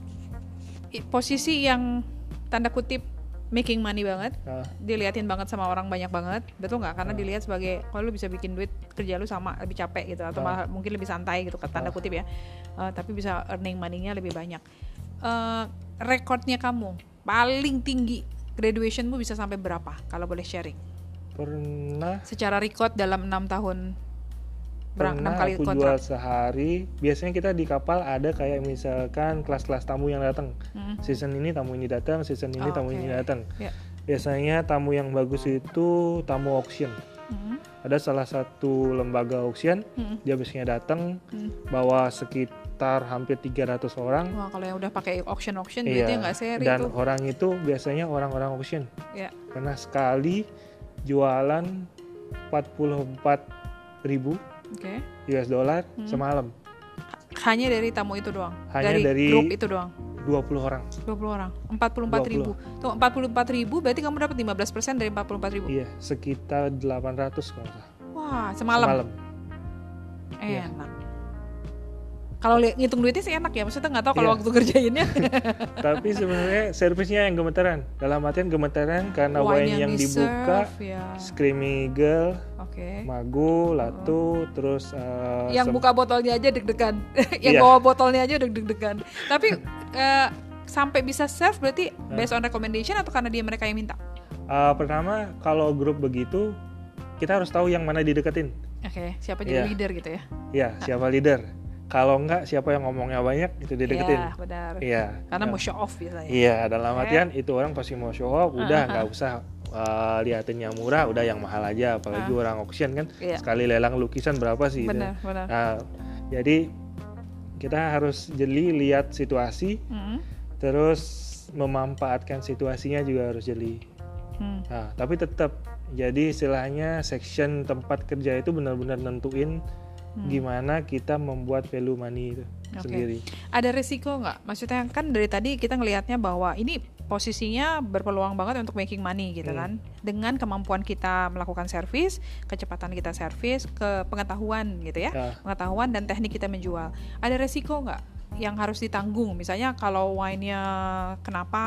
i- posisi yang tanda kutip making money banget, Nah, diliatin banget sama orang banyak banget, betul nggak? Karena Ah. dilihat sebagai kalau lu bisa bikin duit kerja lu sama lebih capek gitu atau Ah. malah mungkin lebih santai gitu tanda Ah. kutip ya. Eh, tapi bisa earning money-nya lebih banyak. Eh, rekodnya kamu paling tinggi graduationmu bisa sampai berapa kalau boleh sharing? pernah Secara record dalam enam tahun berang enam pernah kali aku jual kontrak. sehari. Biasanya kita di kapal ada kayak misalkan kelas-kelas tamu yang datang. Mm. Season ini tamu ini datang, season ini Oh, tamu oke. ini datang. Ya. Biasanya tamu yang bagus itu tamu auction. Mm. Ada salah satu lembaga auction, Mm. dia biasanya datang Mm. bawa sekitar hampir tiga ratus orang. Wah, kalau yang udah pakai auction auction Iya, duitnya nggak seri dan tuh. orang itu biasanya orang-orang auction. Ya. Pernah sekali jualan empat puluh empat ribu Oke. U S dollar Hmm. semalam. Hanya dari tamu itu doang. Hanya dari, dari- grup itu doang. dua puluh orang. dua puluh orang. empat puluh empat ribu. Tuh empat puluh empat ribu berarti kamu dapat lima belas persen dari empat puluh empat ribu. Iya, sekitar delapan ratus kalau nggak salah. Wah, semalam. Semalam. Iya. Enak. Kalau li- ngitung duitnya sih enak ya. Maksudnya nggak tahu kalau Iya. waktu kerjainnya. Tapi sebenarnya servisnya yang gemeteran. Dalam artian gemeteran karena Wine wine yang dibuka di-serve, ya. Screamy Eagle, Oke. Magu, Latu, terus eh, Yang sem- buka botolnya aja deg-degan. Yang Iya. bawa botolnya aja udah deg-degan. Tapi eh, sampai bisa serve berarti based on recommendation atau karena dia mereka yang minta? eh, pertama kalau grup begitu kita harus tahu yang mana dideketin. Oke, siapa jadi Iya. leader gitu ya? Ya, siapa leader. Kalau enggak siapa yang ngomongnya banyak itu dideketin. Iya, benar. Iya. Karena Nah, mau show off biasanya. Iya, dalam Oke. artian itu orang pasti mau show off, udah nggak usah uh, liatin yang murah udah yang mahal aja, apalagi Ah. orang auction kan Iya. sekali lelang lukisan berapa sih itu. Benar, benar. Nah, jadi kita harus jeli lihat situasi, Mm. terus memanfaatkan situasinya juga harus jeli. Hmm. Nah, tapi tetap jadi istilahnya section tempat kerja itu benar-benar nentuin Hmm. gimana kita membuat value money itu Oke. sendiri. Ada resiko nggak? Maksudnya kan dari tadi kita ngelihatnya bahwa ini posisinya berpeluang banget untuk making money gitu Hmm. kan. Dengan kemampuan kita melakukan servis, kecepatan kita servis, ke pengetahuan gitu ya. Ya. Pengetahuan dan teknik kita menjual. Ada resiko nggak yang harus ditanggung? Misalnya kalau wine-nya kenapa,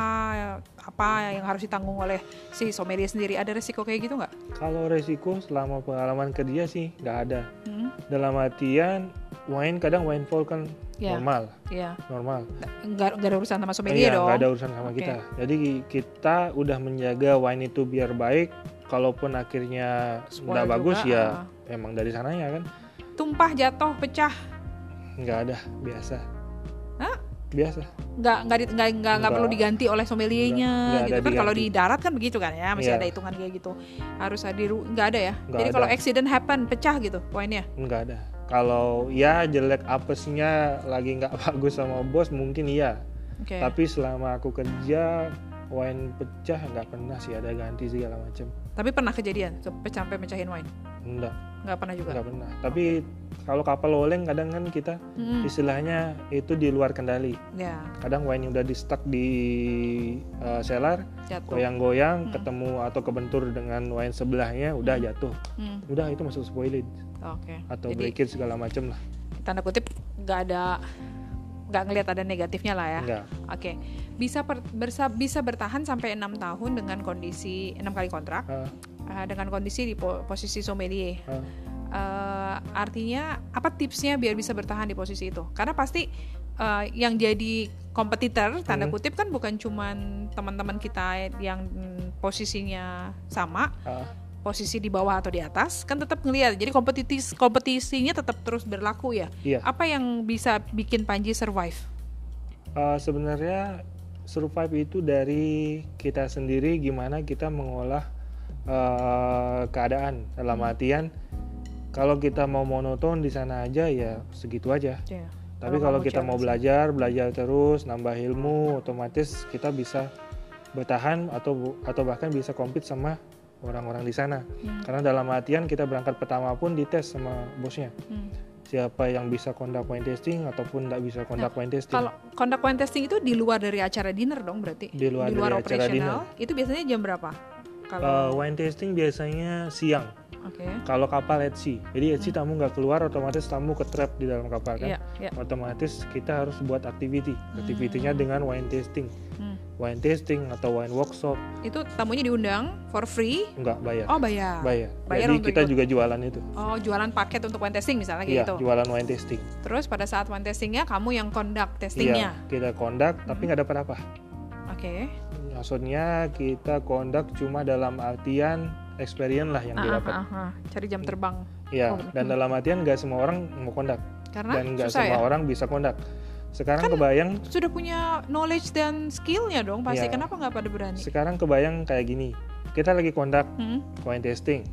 apa yang harus ditanggung oleh si sommelier sendiri? Ada resiko kayak gitu nggak? Kalau resiko selama pengalaman kerja sih nggak ada. Hmm? Dalam artian wine kadang wine fall kan Ya. normal, Ya, normal. nggak nggak ada urusan sama sommelier Iya, dong. nggak ada urusan sama Oke. kita. Jadi kita udah menjaga wine itu biar baik. Kalaupun akhirnya Spoil nggak bagus juga, ya ah. emang dari sananya kan. Tumpah, jatuh, pecah, Nggak ada, biasa. Hah? Biasa. nggak nggak di- nggak nggak nggak perlu Nggak. diganti oleh sommeliernya Nggak, nggak gitu ada kan. Kalau di diganti. darat kan begitu kan ya, masih Iya. ada hitungan kayak gitu. Harus ada di ru- nggak ada ya. Nggak Jadi ada. kalau accident happen, pecah gitu poinnya. Nggak ada. Kalau ya jelek apesnya lagi nggak bagus sama bos mungkin iya. Oke. Tapi selama aku kerja wine pecah nggak pernah sih ada ganti segala macam. Tapi pernah kejadian ke sampai mecahin wine? Enggak, Nggak pernah juga. nggak pernah. Tapi kalau kapal oleng kadang kan kita Hmm, istilahnya itu di luar kendali. ya, Kadang wine udah di stuck di uh, cellar, jatuh. goyang-goyang, Hmm. ketemu atau kebentur dengan wine sebelahnya, udah Hmm. jatuh. Hmm, Udah itu masuk spoilage Oke. atau Jadi breakage segala macam lah. tanda kutip nggak ada, nggak ngelihat ada negatifnya lah ya. Enggak. Oke. Bisa per- bersa- bisa bertahan sampai enam tahun dengan kondisi enam kali kontrak. Uh, Uh, dengan kondisi di po- posisi sommelier. uh, Uh, artinya apa tipsnya biar bisa bertahan di posisi itu? Karena pasti uh, yang jadi kompetitor tanda Hmm. kutip kan bukan cuman teman-teman kita yang mm, posisinya sama, uh. posisi di bawah atau di atas, kan tetap ngelihat. Jadi kompetitis kompetisinya tetap terus berlaku ya. Iya. Apa yang bisa bikin Panji survive? Uh, sebenarnya survive itu dari kita sendiri gimana kita mengolah uh, keadaan dalam artian kalau kita mau monoton di sana aja ya segitu aja. Ya. Tapi Kalau kalau nggak mau kita mau challenge. belajar, belajar terus, nambah ilmu, otomatis kita bisa bertahan atau atau bahkan bisa compete sama orang-orang di sana. Hmm. Karena dalam artian kita berangkat pertama pun dites sama bosnya. Hmm. Siapa yang bisa conduct wine tasting ataupun nggak bisa conduct wine tasting. Kalau conduct wine testing itu di luar dari acara dinner dong berarti? Di luar dari acara operasional, itu biasanya jam berapa? Uh, Kalau wine tasting biasanya siang. oke. Kalau kapal at sea, jadi at sea tamu nggak keluar, otomatis tamu ke trap di dalam kapal kan. Iya, iya. Otomatis kita harus buat activity, activity-nya dengan wine tasting, Hmm. wine tasting atau wine workshop, Itu tamunya diundang for free. nggak bayar. Oh, bayar. Bayar. Bayar Jadi untuk kita ikut. juga jualan itu. Oh, jualan paket untuk wine testing misalnya kayak Iya, gitu. jualan wine tasting. Terus pada saat wine testingnya kamu yang conduct Iya, testingnya. kita conduct tapi nggak dapat apa. Oke. Maksudnya kita conduct cuma dalam artian experience lah yang Ah, didapat. ah, ah, ah. Cari jam terbang. Iya, Oh, dan dalam artian nggak semua orang mau conduct Karena dan nggak susah semua ya. orang bisa conduct. Sekarang kebayang, Sudah punya knowledge dan skillnya dong pasti. Iya. Kenapa nggak pada berani? sekarang kebayang kayak gini. Kita lagi conduct Hmm? wine tasting.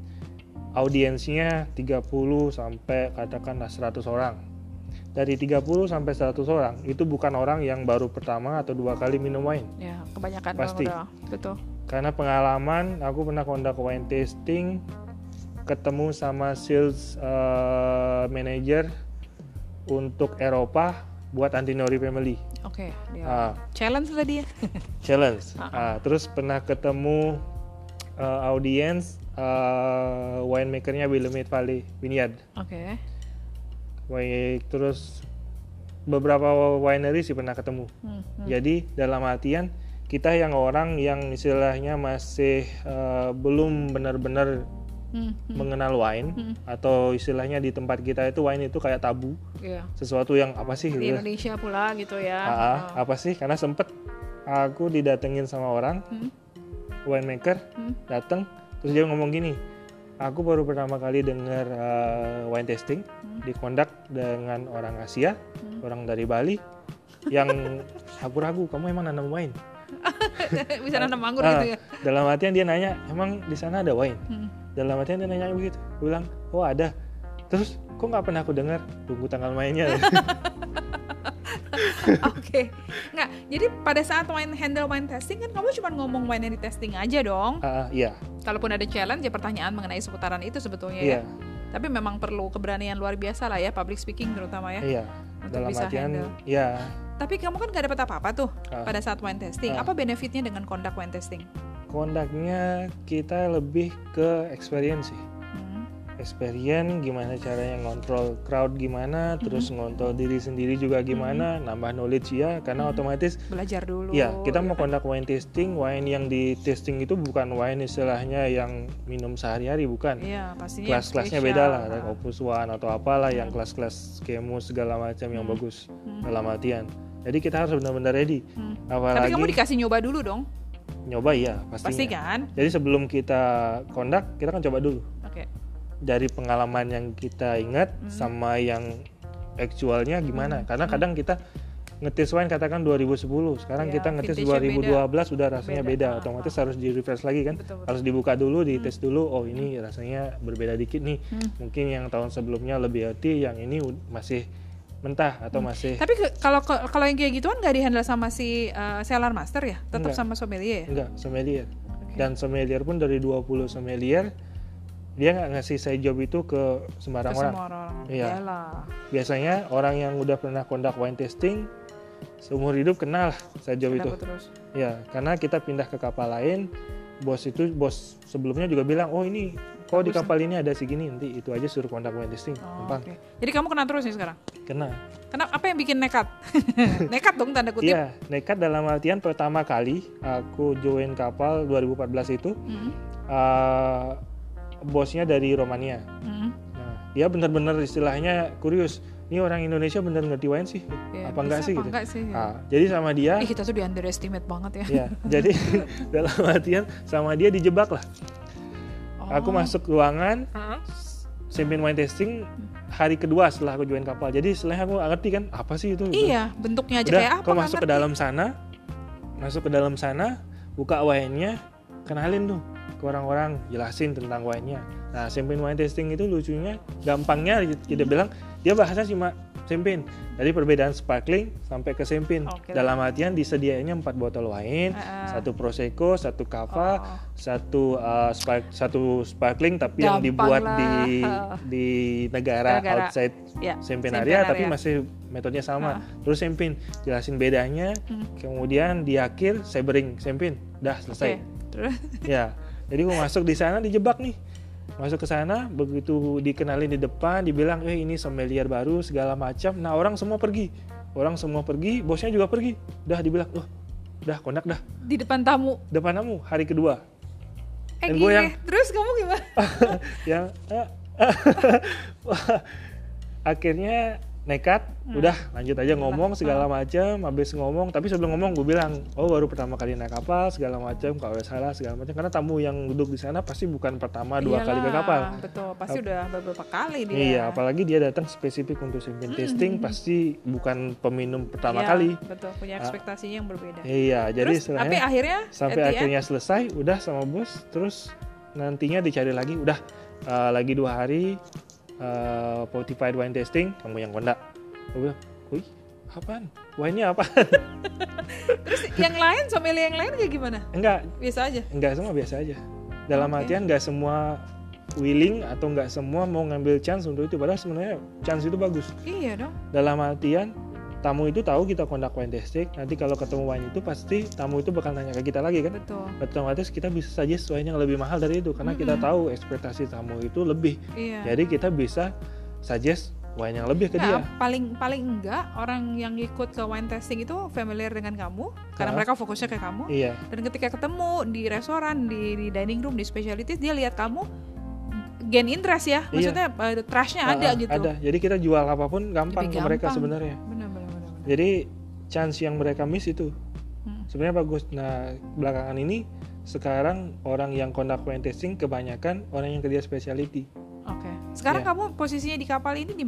Audiensnya tiga puluh sampai katakanlah seratus orang. Dari tiga puluh sampai seratus orang itu bukan orang yang baru pertama atau dua kali minum wine. Ya, kebanyakan Pasti. orang udah betul. Karena pengalaman aku pernah conduct wine tasting, ketemu sama sales uh, manager untuk Eropa buat Antinori Family. Oke, dia Ah, challenge tadi ya. challenge. Ah, Ah, terus pernah ketemu uh, audience uh, winemakernya Willamette Valley Vineyard. Oke. Wine- Terus beberapa winery sih pernah ketemu. Hmm, hmm. Jadi dalam artian kita yang orang yang istilahnya masih uh, belum benar-benar Hmm, hmm. mengenal wine Hmm. atau istilahnya di tempat kita itu wine itu kayak tabu, Iya. sesuatu yang apa sih Di gitu. Indonesia pula gitu ya. Ah, ah, Oh. apa sih? Karena sempet aku didatengin sama orang Hmm, winemaker, hmm. datang terus dia ngomong gini, aku baru pertama kali dengar uh, wine tasting Hmm. di conduct dengan orang Asia, Hmm. orang dari Bali yang ragu-ragu, kamu emang nanam wine? Bisa nanam anggur Ah, gitu ya. dalam artian dia nanya, emang di sana ada wine? Hmm. Dalam artian dia nanya begitu. Gue bilang, oh ada. Terus kok nggak pernah aku dengar? Tunggu tanggal mainnya. Oke, nggak. Jadi pada saat wine handle wine testing kan kamu cuma ngomong wine yang di testing aja dong. Ah, iya, Kalaupun ada challenge ya pertanyaan mengenai seputaran itu sebetulnya iya, ya. Tapi memang perlu keberanian luar biasa lah ya, public speaking terutama ya. iya. Untuk Dalam bisa artian, handle. ya. Tapi kamu kan nggak dapat apa-apa tuh Ah. pada saat wine testing. Ah. Apa benefitnya dengan conduct wine testing? Kondaknya kita lebih ke experience sih. Hmm. Experience gimana caranya ngontrol crowd gimana, terus ngontrol diri sendiri juga gimana, nambah knowledge ya, karena otomatis Belajar dulu. ya kita mau kan? conduct wine tasting, wine yang di testing itu bukan wine istilahnya yang minum sehari-hari, bukan. Iya, pastinya. Kelas-kelasnya spesial. beda lah, ada Opus One atau apalah yang kelas-kelas Kemus segala macam yang bagus dalam artian. Jadi kita harus benar-benar ready. Hmm. Apalagi Tapi kamu dikasih nyoba dulu dong. nyoba ya pastinya. Pasti kan? Jadi sebelum kita conduct, kita kan coba dulu. Oke. Dari pengalaman yang kita ingat sama yang actualnya gimana. Karena kadang kita ngetes wine katakan dua ribu sepuluh, sekarang Ya, kita ngetes vintage-nya dua ribu dua belas sudah rasanya Beda. beda, Ah, otomatis harus di refresh lagi kan. Betul, betul. Harus dibuka dulu, dites dulu, oh ini rasanya berbeda dikit nih. Mungkin yang tahun sebelumnya lebih healthy, yang ini ud- masih mentah atau masih Tapi ke- kalau ke- kalau yang kayak gituan nggak dihandle sama si uh, cellar master ya? Tetap Enggak. sama sommelier ya? enggak sommelier. Dan sommelier pun dari dua puluh sommelier dia nggak ngasih side job itu ke sembarang Ke orang. semua orang. Iya. Yalah. Biasanya orang yang udah pernah conduct wine tasting seumur hidup kenal lah side job itu. Kenapa terus? Ya, karena kita pindah ke kapal lain, bos itu bos sebelumnya juga bilang, oh ini kok di kapal ini ada segini, nanti itu aja suruh conduct wine tasting, Oh, gampang. oke. Jadi kamu kena terus nih sekarang? Kena. Kenapa? Apa yang bikin nekat? Nekat dong tanda kutip. Iya, nekat dalam artian pertama kali aku join kapal dua ribu empat belas itu, Hmm. uh, bosnya dari Romania. Hmm. Nah, dia benar-benar istilahnya kurius. Ini orang Indonesia benar ngerti wine sih? Ya, apa enggak bisa sih apa gitu? enggak sih, ya. Nah, jadi sama dia, Ih, kita tuh di underestimate banget ya. ya, jadi dalam artian sama dia dijebak lah. Oh. Aku masuk ruangan, Heeh. champagne wine tasting hari kedua setelah aku join kapal. Jadi setelahnya aku nggak ngerti kan apa sih itu. Iya, bentuknya aja Udah, kayak apa? kau nggak masuk ke ngerti. dalam sana, masuk ke dalam sana, buka wine-nya, kenalin tuh ke orang-orang, jelasin tentang wine-nya. Nah, champagne wine tasting itu lucunya, gampangnya kita bilang dia bahasnya cuma champagne. Dari perbedaan sparkling sampai ke champagne. Oke. Dalam artian disediainya empat botol wine, Uh-uh. satu prosecco, satu cava, Oh. satu uh, spark, satu sparkling tapi yang Gampang dibuat lah. di Uh. di negara, Negara. outside Ya, champagne champagne area, area. tapi masih metodenya sama. Terus champagne, jelasin bedanya. Hmm. Kemudian di akhir sabering champagne, dah selesai. Oke. Terus Ya, jadi gue masuk di sana dijebak nih. Masuk ke sana, begitu dikenalin di depan, dibilang, eh ini sommelier baru segala macam. Nah orang semua pergi, orang semua pergi, bosnya juga pergi. Udah dibilang, oh, udah kondak dah. di depan tamu. Depan kamu hari kedua. Eh Dan gini, gua yang- terus kamu gimana? yang eh, akhirnya nekat, udah lanjut aja ngomong segala macam. Habis ngomong, tapi sebelum ngomong gue bilang, oh baru pertama kali naik kapal segala macam, kalau salah segala macam. Karena tamu yang duduk di sana pasti bukan pertama dua kali ke Iyalah, kapal. Betul, pasti udah beberapa kali dia. Iya, apalagi dia datang spesifik untuk champagne tasting, pasti bukan peminum pertama Iya, kali. Betul, punya ekspektasinya yang berbeda. Iya, jadi Terus, tapi setelahnya akhirnya sampai at the end, akhirnya selesai, udah sama bos, terus nantinya dicari lagi, udah uh, lagi dua hari uh, fortified wine tasting, kamu yang kondak. Gue bilang, wih, apaan? Wine-nya apaan? terus yang lain, sommelier yang lain kayak gimana? enggak, Biasa aja. enggak semua biasa aja. Dalam Oke. artian enggak semua willing atau enggak semua mau ngambil chance untuk itu. Padahal sebenarnya chance itu bagus. Iya dong. Dalam artian tamu itu tahu kita conduct wine tasting, nanti kalau ketemu wine itu pasti tamu itu bakal nanya ke kita lagi kan. Betul. Otomatis kita bisa saja wine yang lebih mahal dari itu karena kita tahu ekspektasi tamu itu lebih. Iya. Jadi kita bisa suggest wine yang lebih ke Nggak, dia. paling paling enggak orang yang ikut ke wine tasting itu familiar dengan kamu karena Ah. mereka fokusnya ke kamu. Iya, Dan ketika ketemu di restoran, di, di dining room, di specialties, dia lihat kamu gain interest ya. Maksudnya uh, trustnya ada Ah, ah, gitu. ada. Jadi kita jual apapun gampang Lebih ke mereka gampang. sebenarnya. Benar, benar, benar, benar. Jadi chance yang mereka miss itu Hmm. sebenarnya bagus. Nah, belakangan ini sekarang orang yang conduct wine tasting kebanyakan orang yang kerja specialty. Oke. Sekarang Iya. kamu posisinya di kapal ini di mana?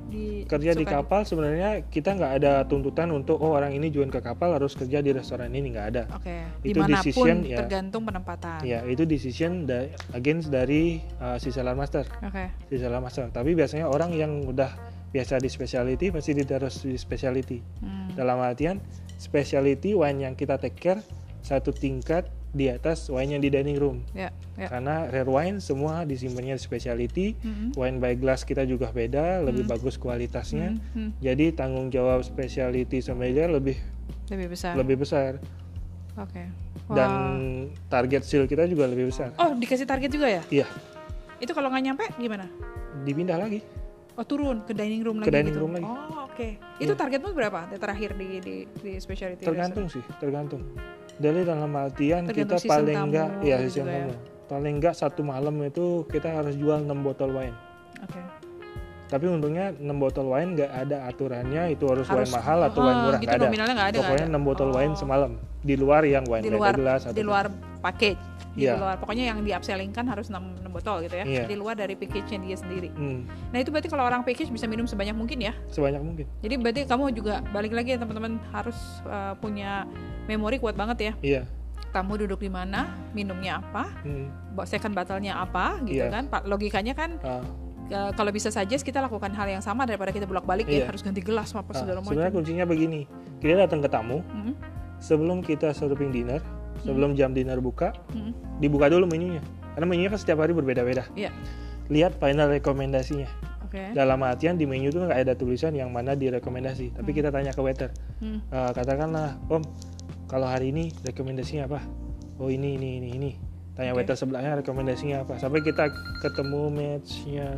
di kerja di suka kapal sebenarnya kita nggak ada tuntutan untuk oh orang ini join ke kapal harus kerja di restoran ini, nggak ada. Oke. Itu Dimanapun decision ya. tergantung penempatan. Ya itu decision da- against dari uh, si seller master. Oke. Si seller master. Tapi biasanya orang yang udah biasa di specialty pasti ditaruh di specialty. Hmm. Dalam artian specialty wine yang kita take care satu tingkat di atas wine yang di dining room. Ya, ya. Karena rare wine semua disimpannya di specialty. Mm-hmm. Wine by glass kita juga beda, lebih Hmm. bagus kualitasnya. Hmm. Jadi tanggung jawab specialty sommelier lebih Lebih besar. lebih besar. Oke. Dan Wah. target sale kita juga lebih besar. Oh, dikasih target juga ya? Iya, Itu kalau nggak nyampe gimana? dipindah lagi. Oh, turun ke dining room Ke lagi dining gitu. room lagi. Oh, oke. Itu Iya. targetmu berapa terakhir di di di specialty Tergantung sih, tergantung. Dari dalam artian Tergantung kita season paling tamu enggak ya gitu season juga ya. tamu. Paling enggak satu malam itu kita harus jual enam botol wine. restaurant? Oke. Tapi untungnya enam botol wine nggak ada aturannya itu harus, Harus- wine mahal atau wine ah, murah, gitu nggak ada. nominalnya nggak ada, nggak Pokoknya ada. enam botol wine Oh. semalam di luar yang wine Di by luar glass atau di luar package. Di Iya. luar pokoknya yang di upselling kan harus enam botol gitu ya. Iya. Di luar dari package-nya dia sendiri. Hmm, Nah, itu berarti kalau orang package bisa minum sebanyak mungkin ya. sebanyak mungkin. Jadi berarti kamu juga balik lagi ya teman-teman harus uh, punya memori kuat banget ya. Iya. Tamu duduk di mana, minumnya apa, Hmm. second bottle-nya apa gitu Iya. kan. Pak, logikanya kan Ah, uh, kalau bisa saja kita lakukan hal yang sama daripada kita bolak-balik ya Iya. harus ganti gelas apa ah, segala sebenarnya macam. kuncinya begini. Kita datang ke tamu Mm-mm, sebelum kita serving dinner, sebelum jam dinner buka, mm-mm. dibuka dulu menunya. Karena menunya kan setiap hari berbeda-beda. Iya. Lihat final rekomendasinya. Oke. Dalam artian di menu itu nggak ada tulisan yang mana direkomendasi, tapi kita tanya ke waiter. Hmm. Eh, katakanlah, Om, kalau hari ini rekomendasinya apa? Oh ini ini ini ini. Tanya Oke. waiter sebelahnya rekomendasinya apa? Sampai kita ketemu matchnya.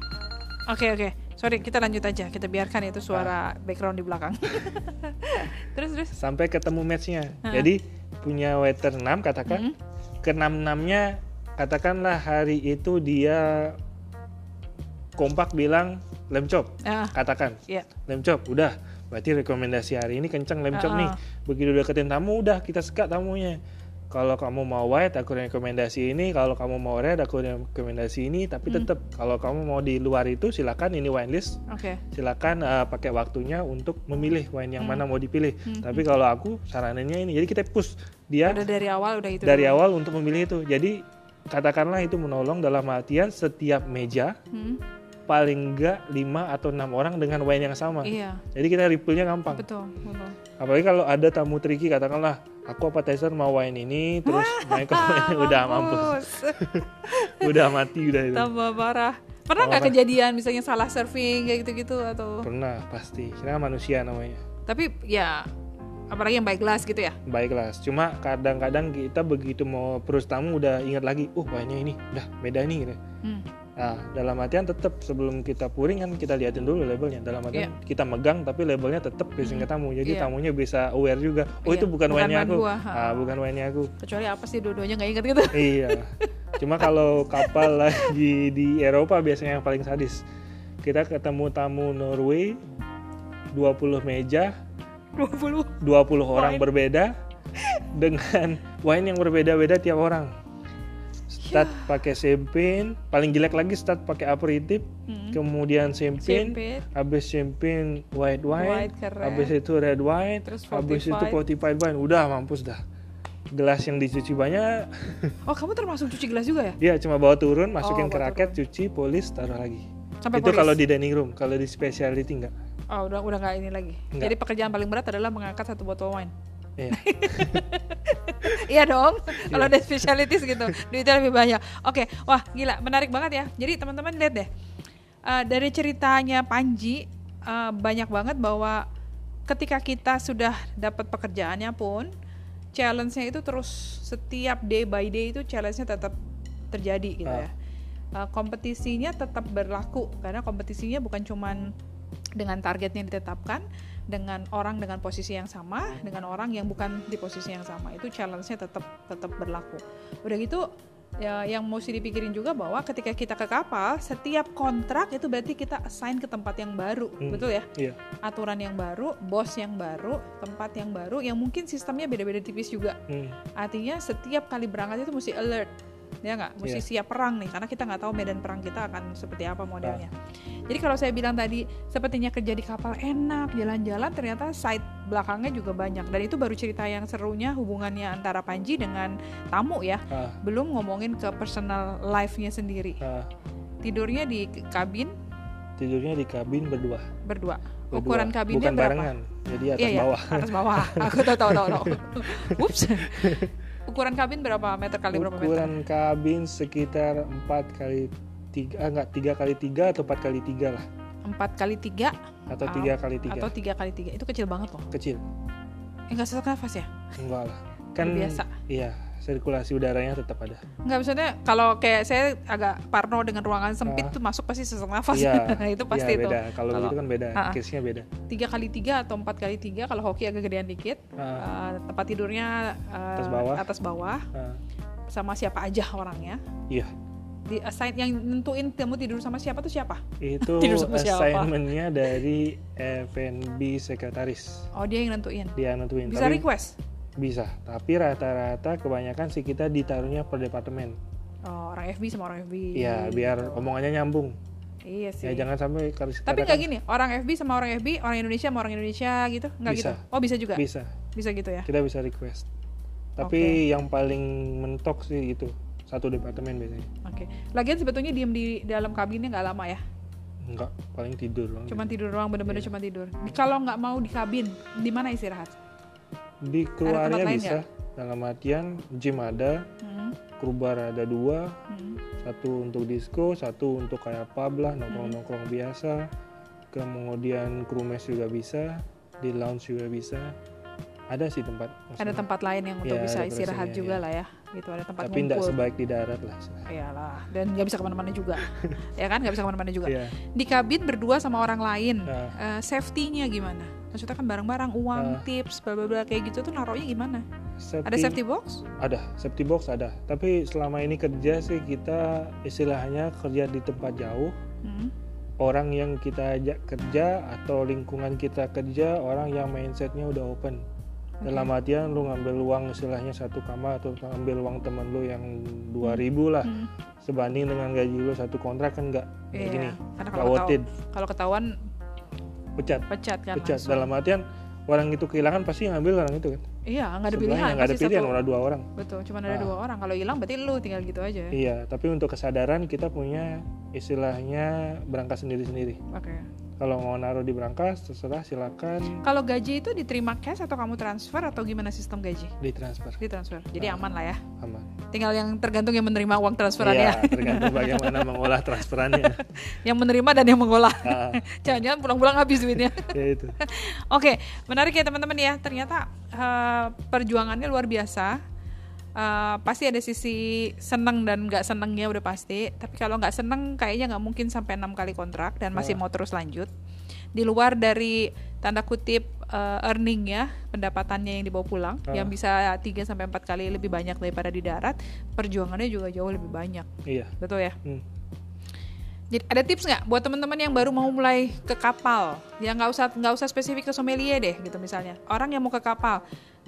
Oke oke. Sorry, kita lanjut aja. Kita biarkan itu suara background di belakang. terus terus. Sampai ketemu matchnya. Ah. Jadi punya waiter enam katakan, Mm. ke enam-enamnya katakanlah hari itu dia kompak bilang lamb chop. Ah, Katakan iya. lamb chop, udah. Berarti rekomendasi hari ini kenceng lamb chop Ah. nih. Begitu deketin tamu, udah kita sekat tamunya. Kalau kamu mau white, aku rekomendasi ini. Kalau kamu mau red, aku rekomendasi ini. Tapi Hmm. tetap, kalau kamu mau di luar itu, silakan ini wine list. Oke. Silakan uh, pakai waktunya untuk memilih wine yang Hmm. mana mau dipilih. Hmm. Tapi kalau aku sarannya ini, jadi kita push dia Udah dari awal udah itu. dari dulu. awal untuk memilih itu. Jadi katakanlah itu menolong dalam artian setiap meja Hmm. paling enggak lima atau enam orang dengan wine yang sama. Iya, Jadi kita refill-nya gampang. betul, betul. Apalagi kalau ada tamu tricky, katakanlah aku appetizer mau wine ini, terus mereka wine udah mampus, udah mati udah itu. Tambah parah. Pernah Tambah nggak parah. kejadian misalnya salah serving kayak gitu-gitu atau? Pernah pasti, kita kan manusia namanya. Tapi ya apalagi yang by glass gitu ya. Baiklah, cuma kadang-kadang kita begitu mau perus tamu udah ingat lagi, uh wine-nya ini udah beda nih gitu. Hmm. Nah, dalam artian tetap sebelum kita pouring kan kita liatin dulu labelnya. Dalam artian kita megang tapi labelnya tetap facing ke tamu. Jadi Iya. tamunya bisa aware juga. Oh Iya, itu bukan, bukan wine-nya wine aku. gua, ha. Ah, bukan wine-nya aku. Kecuali apa sih dua-duanya nggak inget gitu. Iya. Cuma kalau kapal lagi di Eropa biasanya yang paling sadis. Kita ketemu tamu Norway, dua puluh meja, dua puluh. dua puluh orang Wine. berbeda dengan wine yang berbeda-beda tiap orang. Start pakai champagne, paling jelek lagi start pakai aperitif, Hmm. kemudian champagne, Champagne. habis champagne white wine, White, keren. habis itu red wine, Terus habis itu fortified. fortified wine, udah mampus dah. Gelas yang dicuci banyak, Oh, kamu termasuk cuci gelas juga ya? dia cuma bawa turun, masukin Oh, ke bawa raket, cuci, polis, taruh lagi. Sampai Itu polis? kalau di dining room, kalau di specialty enggak. Oh, udah udah nggak ini lagi. Nggak. Jadi pekerjaan paling berat adalah mengangkat satu botol wine. Iya. Iya dong. Kalau ada specialities gitu, duitnya lebih banyak. Oke, wah gila, menarik banget ya. Jadi teman-teman lihat deh, uh, dari ceritanya Panji uh, banyak banget bahwa ketika kita sudah dapat pekerjaannya pun, challenge-nya itu terus setiap day by day itu challenge-nya tetap terjadi gitu Ah. ya. Uh, kompetisinya tetap berlaku karena kompetisinya bukan cuman dengan targetnya ditetapkan, dengan orang dengan posisi yang sama, dengan orang yang bukan di posisi yang sama. Itu challenge-nya tetap tetap berlaku. Udah gitu ya, yang mesti dipikirin juga bahwa ketika kita ke kapal, setiap kontrak itu berarti kita assign ke tempat yang baru, Hmm. betul ya? Iya. Aturan yang baru, bos yang baru, tempat yang baru, yang mungkin sistemnya beda-beda tipis juga. Hmm. Artinya setiap kali berangkat itu mesti alert. ya nggak? Mesti Iya. siap perang nih, karena kita nggak tahu medan perang kita akan seperti apa modelnya. Jadi kalau saya bilang tadi sepertinya kerja di kapal enak, jalan-jalan, ternyata side belakangnya juga banyak. Dan itu baru cerita yang serunya hubungannya antara Panji dengan tamu ya. Ah, Belum ngomongin ke personal life-nya sendiri. ah. Tidurnya di kabin Tidurnya di kabin berdua. berdua. Berdua. Ukuran kabinnya Bukan berapa? barengan, jadi atas Iya, iya, bawah. atas bawah. Aku tahu tahu tahu tahu. Ups. Ukuran kabin berapa meter kali berapa meter? Ukuran kabin sekitar empat kali tiga, ah, enggak tiga kali tiga atau empat kali tiga lah, empat kali tiga atau tiga kali tiga. atau tiga kali tiga. Itu kecil banget loh. Kecil. Enggak sesak nafas ya? Enggak lah. Kan Biasa. Iya, sirkulasi udaranya tetap ada. Enggak, maksudnya kalau kayak saya agak parno dengan ruangan sempit Ah. tuh masuk pasti sesak nafas. Iya. Itu pasti iya, itu. beda. Kalau begitu kan beda, Ah, ah. case-nya beda. tiga kali tiga atau empat kali tiga kalau hoki agak gedean dikit. Ah. Uh, tempat tidurnya uh, Atas bawah. atas bawah Ah, sama siapa aja orangnya. iya. Di assign yang nentuin kamu tidur sama siapa tuh siapa? Itu Tidur sama siapa? assignment-nya dari F and B sekretaris. Oh, dia yang nentuin. Dia nentuin. Bisa Tapi request. bisa, tapi rata-rata kebanyakan sih kita ditaruhnya per departemen. Oh, orang F B sama orang F B. Iya, biar omongannya nyambung. Iya sih. Ya jangan sampai kalau Tapi nggak gini, orang F B sama orang F B, orang Indonesia sama orang Indonesia gitu, nggak Bisa. gitu? Oh bisa juga, bisa. bisa gitu ya? Kita bisa request. Tapi yang paling mentok sih itu satu departemen biasanya. Oke. Lagian sebetulnya diem di dalam kabinnya nggak lama ya? Enggak, paling tidur doang. Cuman tidur doang, bener-bener Iya. cuma tidur. Di- Kalau nggak mau di kabin, di mana istirahat? Di Ada keluarnya tempat lain bisa. Dalam artian gym ada, Hmm. crew bar ada dua, Hmm. satu untuk disco, satu untuk kayak pub lah, nongkrong-nongkrong biasa. Kemudian crew mess juga bisa, di lounge juga bisa. Ada sih tempat. Ada maksudnya. tempat lain yang untuk Iya, bisa ada istirahat prosesnya, juga iya. lah ya, gitu. Ada tempat Tapi tidak ngumpul. sebaik di darat lah. istilahnya. Iyalah, dan nggak bisa kemana-mana juga, ya kan? Nggak bisa kemana-mana juga. Iya. Di kabin berdua sama orang lain, Nah. eh, safety-nya gimana? Maksudnya kan barang-barang, uang, Nah. tips, bla bla bla kayak gitu tuh naruhnya gimana? Safety, Ada safety box? Ada, safety box ada. Tapi selama ini kerja sih kita istilahnya kerja di tempat jauh. Hmm. Orang yang kita ajak kerja atau lingkungan kita kerja, orang yang mindsetnya udah open. Dalam artian lu ngambil uang istilahnya satu kamar atau ngambil uang temen lu yang dua ribu lah, Hmm. sebanding dengan gaji lu satu kontrak kan nggak kayak Iya, gini. karena Nggak kalau worth it. ketahuan, kalau ketahuan Pecat, pecat kan pecat. langsung. Dalam artian orang itu kehilangan pasti ngambil orang itu kan. Iya, nggak ada Sebelahnya pilihan. nggak ada pasti pilihan, satu- orang dua orang. Betul, cuma ada Ah. dua orang. Kalau hilang berarti lu tinggal gitu aja. Iya, tapi untuk kesadaran kita punya istilahnya berangkas sendiri-sendiri. Oke. Kalau mau naruh di berangkas terserah silakan Kalau gaji itu diterima cash atau kamu transfer atau gimana sistem gaji? ditransfer, Ditransfer. Jadi Ah. aman lah ya. aman. Tinggal yang tergantung yang menerima uang transferannya. Iya, tergantung bagaimana mengolah transferannya. Yang menerima dan yang mengolah. Ah, Jangan-jangan pulang-pulang habis duitnya. ya itu. Oke, menarik ya teman-teman ya. Ternyata eh, perjuangannya luar biasa. Eh, pasti ada sisi seneng dan nggak senengnya udah pasti. Tapi kalau nggak seneng kayaknya nggak mungkin sampai enam kali kontrak dan masih Wah. mau terus lanjut. Di luar dari tanda kutip eh, earning ya, pendapatannya yang dibawa pulang, Ah. yang bisa tiga sampai empat kali lebih banyak daripada di darat, perjuangannya juga jauh lebih banyak. Iya. Betul ya? Hmm. Jadi ada tips nggak buat teman-teman yang baru mau mulai ke kapal, yang nggak usah nggak usah spesifik ke sommelier deh, gitu misalnya. Orang yang mau ke kapal,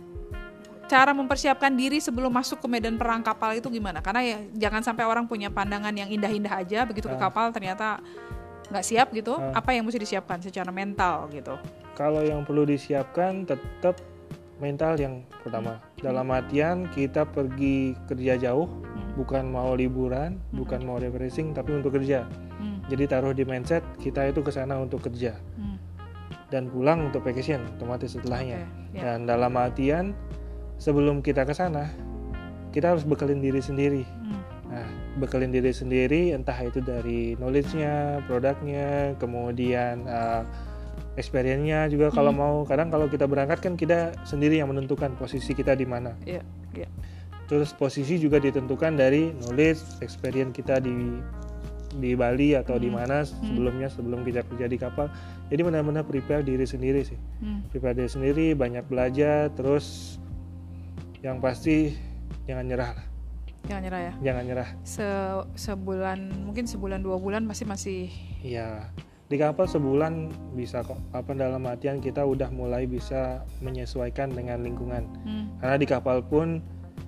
cara mempersiapkan diri sebelum masuk ke medan perang kapal itu gimana? Karena ya jangan sampai orang punya pandangan yang indah-indah aja, begitu ke Ah. kapal ternyata nggak siap gitu. Ah. Apa yang mesti disiapkan secara mental gitu? Kalau yang perlu disiapkan tetap mental yang pertama. Dalam artian kita pergi kerja jauh, Hmm. bukan mau liburan, bukan mau refreshing, tapi untuk kerja. Hmm. Jadi taruh di mindset kita itu ke sana untuk kerja Hmm. dan pulang untuk vacation otomatis setelahnya. Oke, ya. Dan dalam artian sebelum kita ke sana kita harus bekalin diri sendiri. Hmm. Nah, bekalin diri sendiri entah itu dari knowledge-nya, produknya, kemudian uh, experience-nya juga kalau mau. Kadang kalau kita berangkat kan kita sendiri yang menentukan posisi kita di mana. Iya, iya. Terus posisi juga ditentukan dari knowledge, experience kita di di Bali atau di mana sebelumnya sebelum kita kerja di kapal. Jadi benar-benar prepare diri sendiri sih. Hmm. Prepare diri sendiri, banyak belajar, terus yang pasti jangan nyerah lah. Jangan nyerah ya. Jangan nyerah. Se- sebulan mungkin sebulan dua bulan masih masih Iya. Di kapal sebulan bisa kok. Apa dalam artian kita udah mulai bisa menyesuaikan dengan lingkungan. hmm. Karena di kapal pun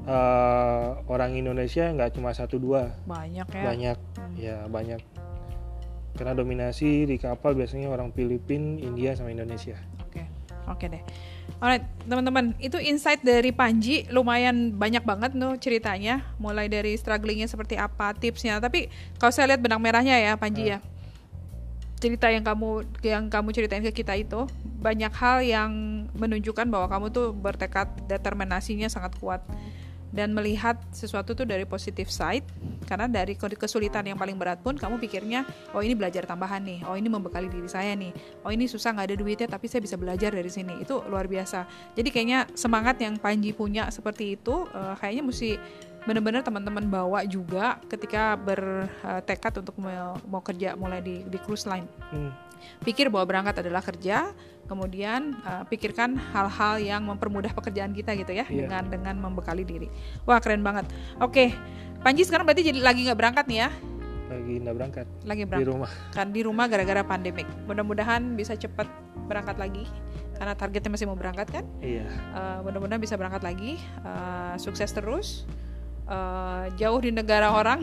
uh, orang Indonesia nggak cuma satu dua, banyak ya. banyak, hmm. ya banyak. Karena dominasi di kapal biasanya orang Filipina, India sama Indonesia. Oke, okay. oke okay deh. Alright, teman-teman, itu insight dari Panji, lumayan banyak banget tuh ceritanya, mulai dari strugglingnya seperti apa, tipsnya. Tapi kalau saya lihat benang merahnya ya, Panji hmm. ya, cerita yang kamu yang kamu ceritain ke kita itu banyak hal yang menunjukkan bahwa kamu tuh bertekad, determinasinya sangat kuat. Dan melihat sesuatu tuh dari positive side, karena dari kesulitan yang paling berat pun kamu pikirnya, oh ini belajar tambahan nih, oh ini membekali diri saya nih, oh ini susah nggak ada duitnya tapi saya bisa belajar dari sini. Itu luar biasa. Jadi kayaknya semangat yang Panji punya seperti itu uh, kayaknya mesti benar-benar teman-teman bawa juga ketika bertekad untuk mau, mau kerja mulai di, di cruise line. Hmm. Pikir bahwa berangkat adalah kerja, kemudian uh, pikirkan hal-hal yang mempermudah pekerjaan kita gitu ya, yeah. dengan dengan membekali diri. Wah keren banget. Oke, Panji sekarang berarti jadi lagi nggak berangkat nih ya? Lagi nggak berangkat. Lagi berangkat. Di rumah. Kan di rumah gara-gara pandemik. Mudah-mudahan bisa cepat berangkat lagi. Karena targetnya masih mau berangkat kan? Iya. Uh, mudah-mudahan bisa berangkat lagi. Uh, sukses terus. Uh, jauh di negara orang.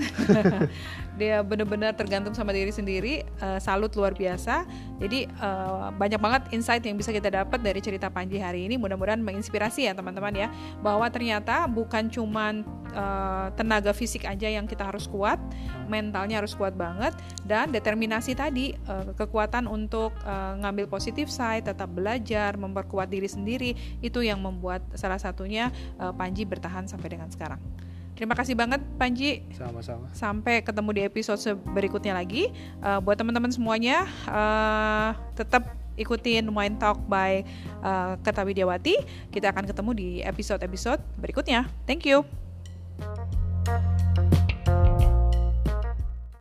Dia benar-benar tergantung sama diri sendiri. uh, Salut luar biasa. Jadi uh, banyak banget insight yang bisa kita dapat dari cerita Panji hari ini. Mudah-mudahan menginspirasi ya teman-teman ya, bahwa ternyata bukan cuman uh, tenaga fisik aja yang kita harus kuat, mentalnya harus kuat banget, dan determinasi tadi, uh, kekuatan untuk uh, ngambil positive side, tetap belajar, memperkuat diri sendiri, itu yang membuat salah satunya uh, Panji bertahan sampai dengan sekarang. Terima kasih banget Panji. Sama-sama. Sampai ketemu di episode berikutnya lagi. Uh, buat teman-teman semuanya, uh, tetap ikutin Wine Talk by uh, Kerta Widiawati. Kita akan ketemu di episode-episode berikutnya. Thank you.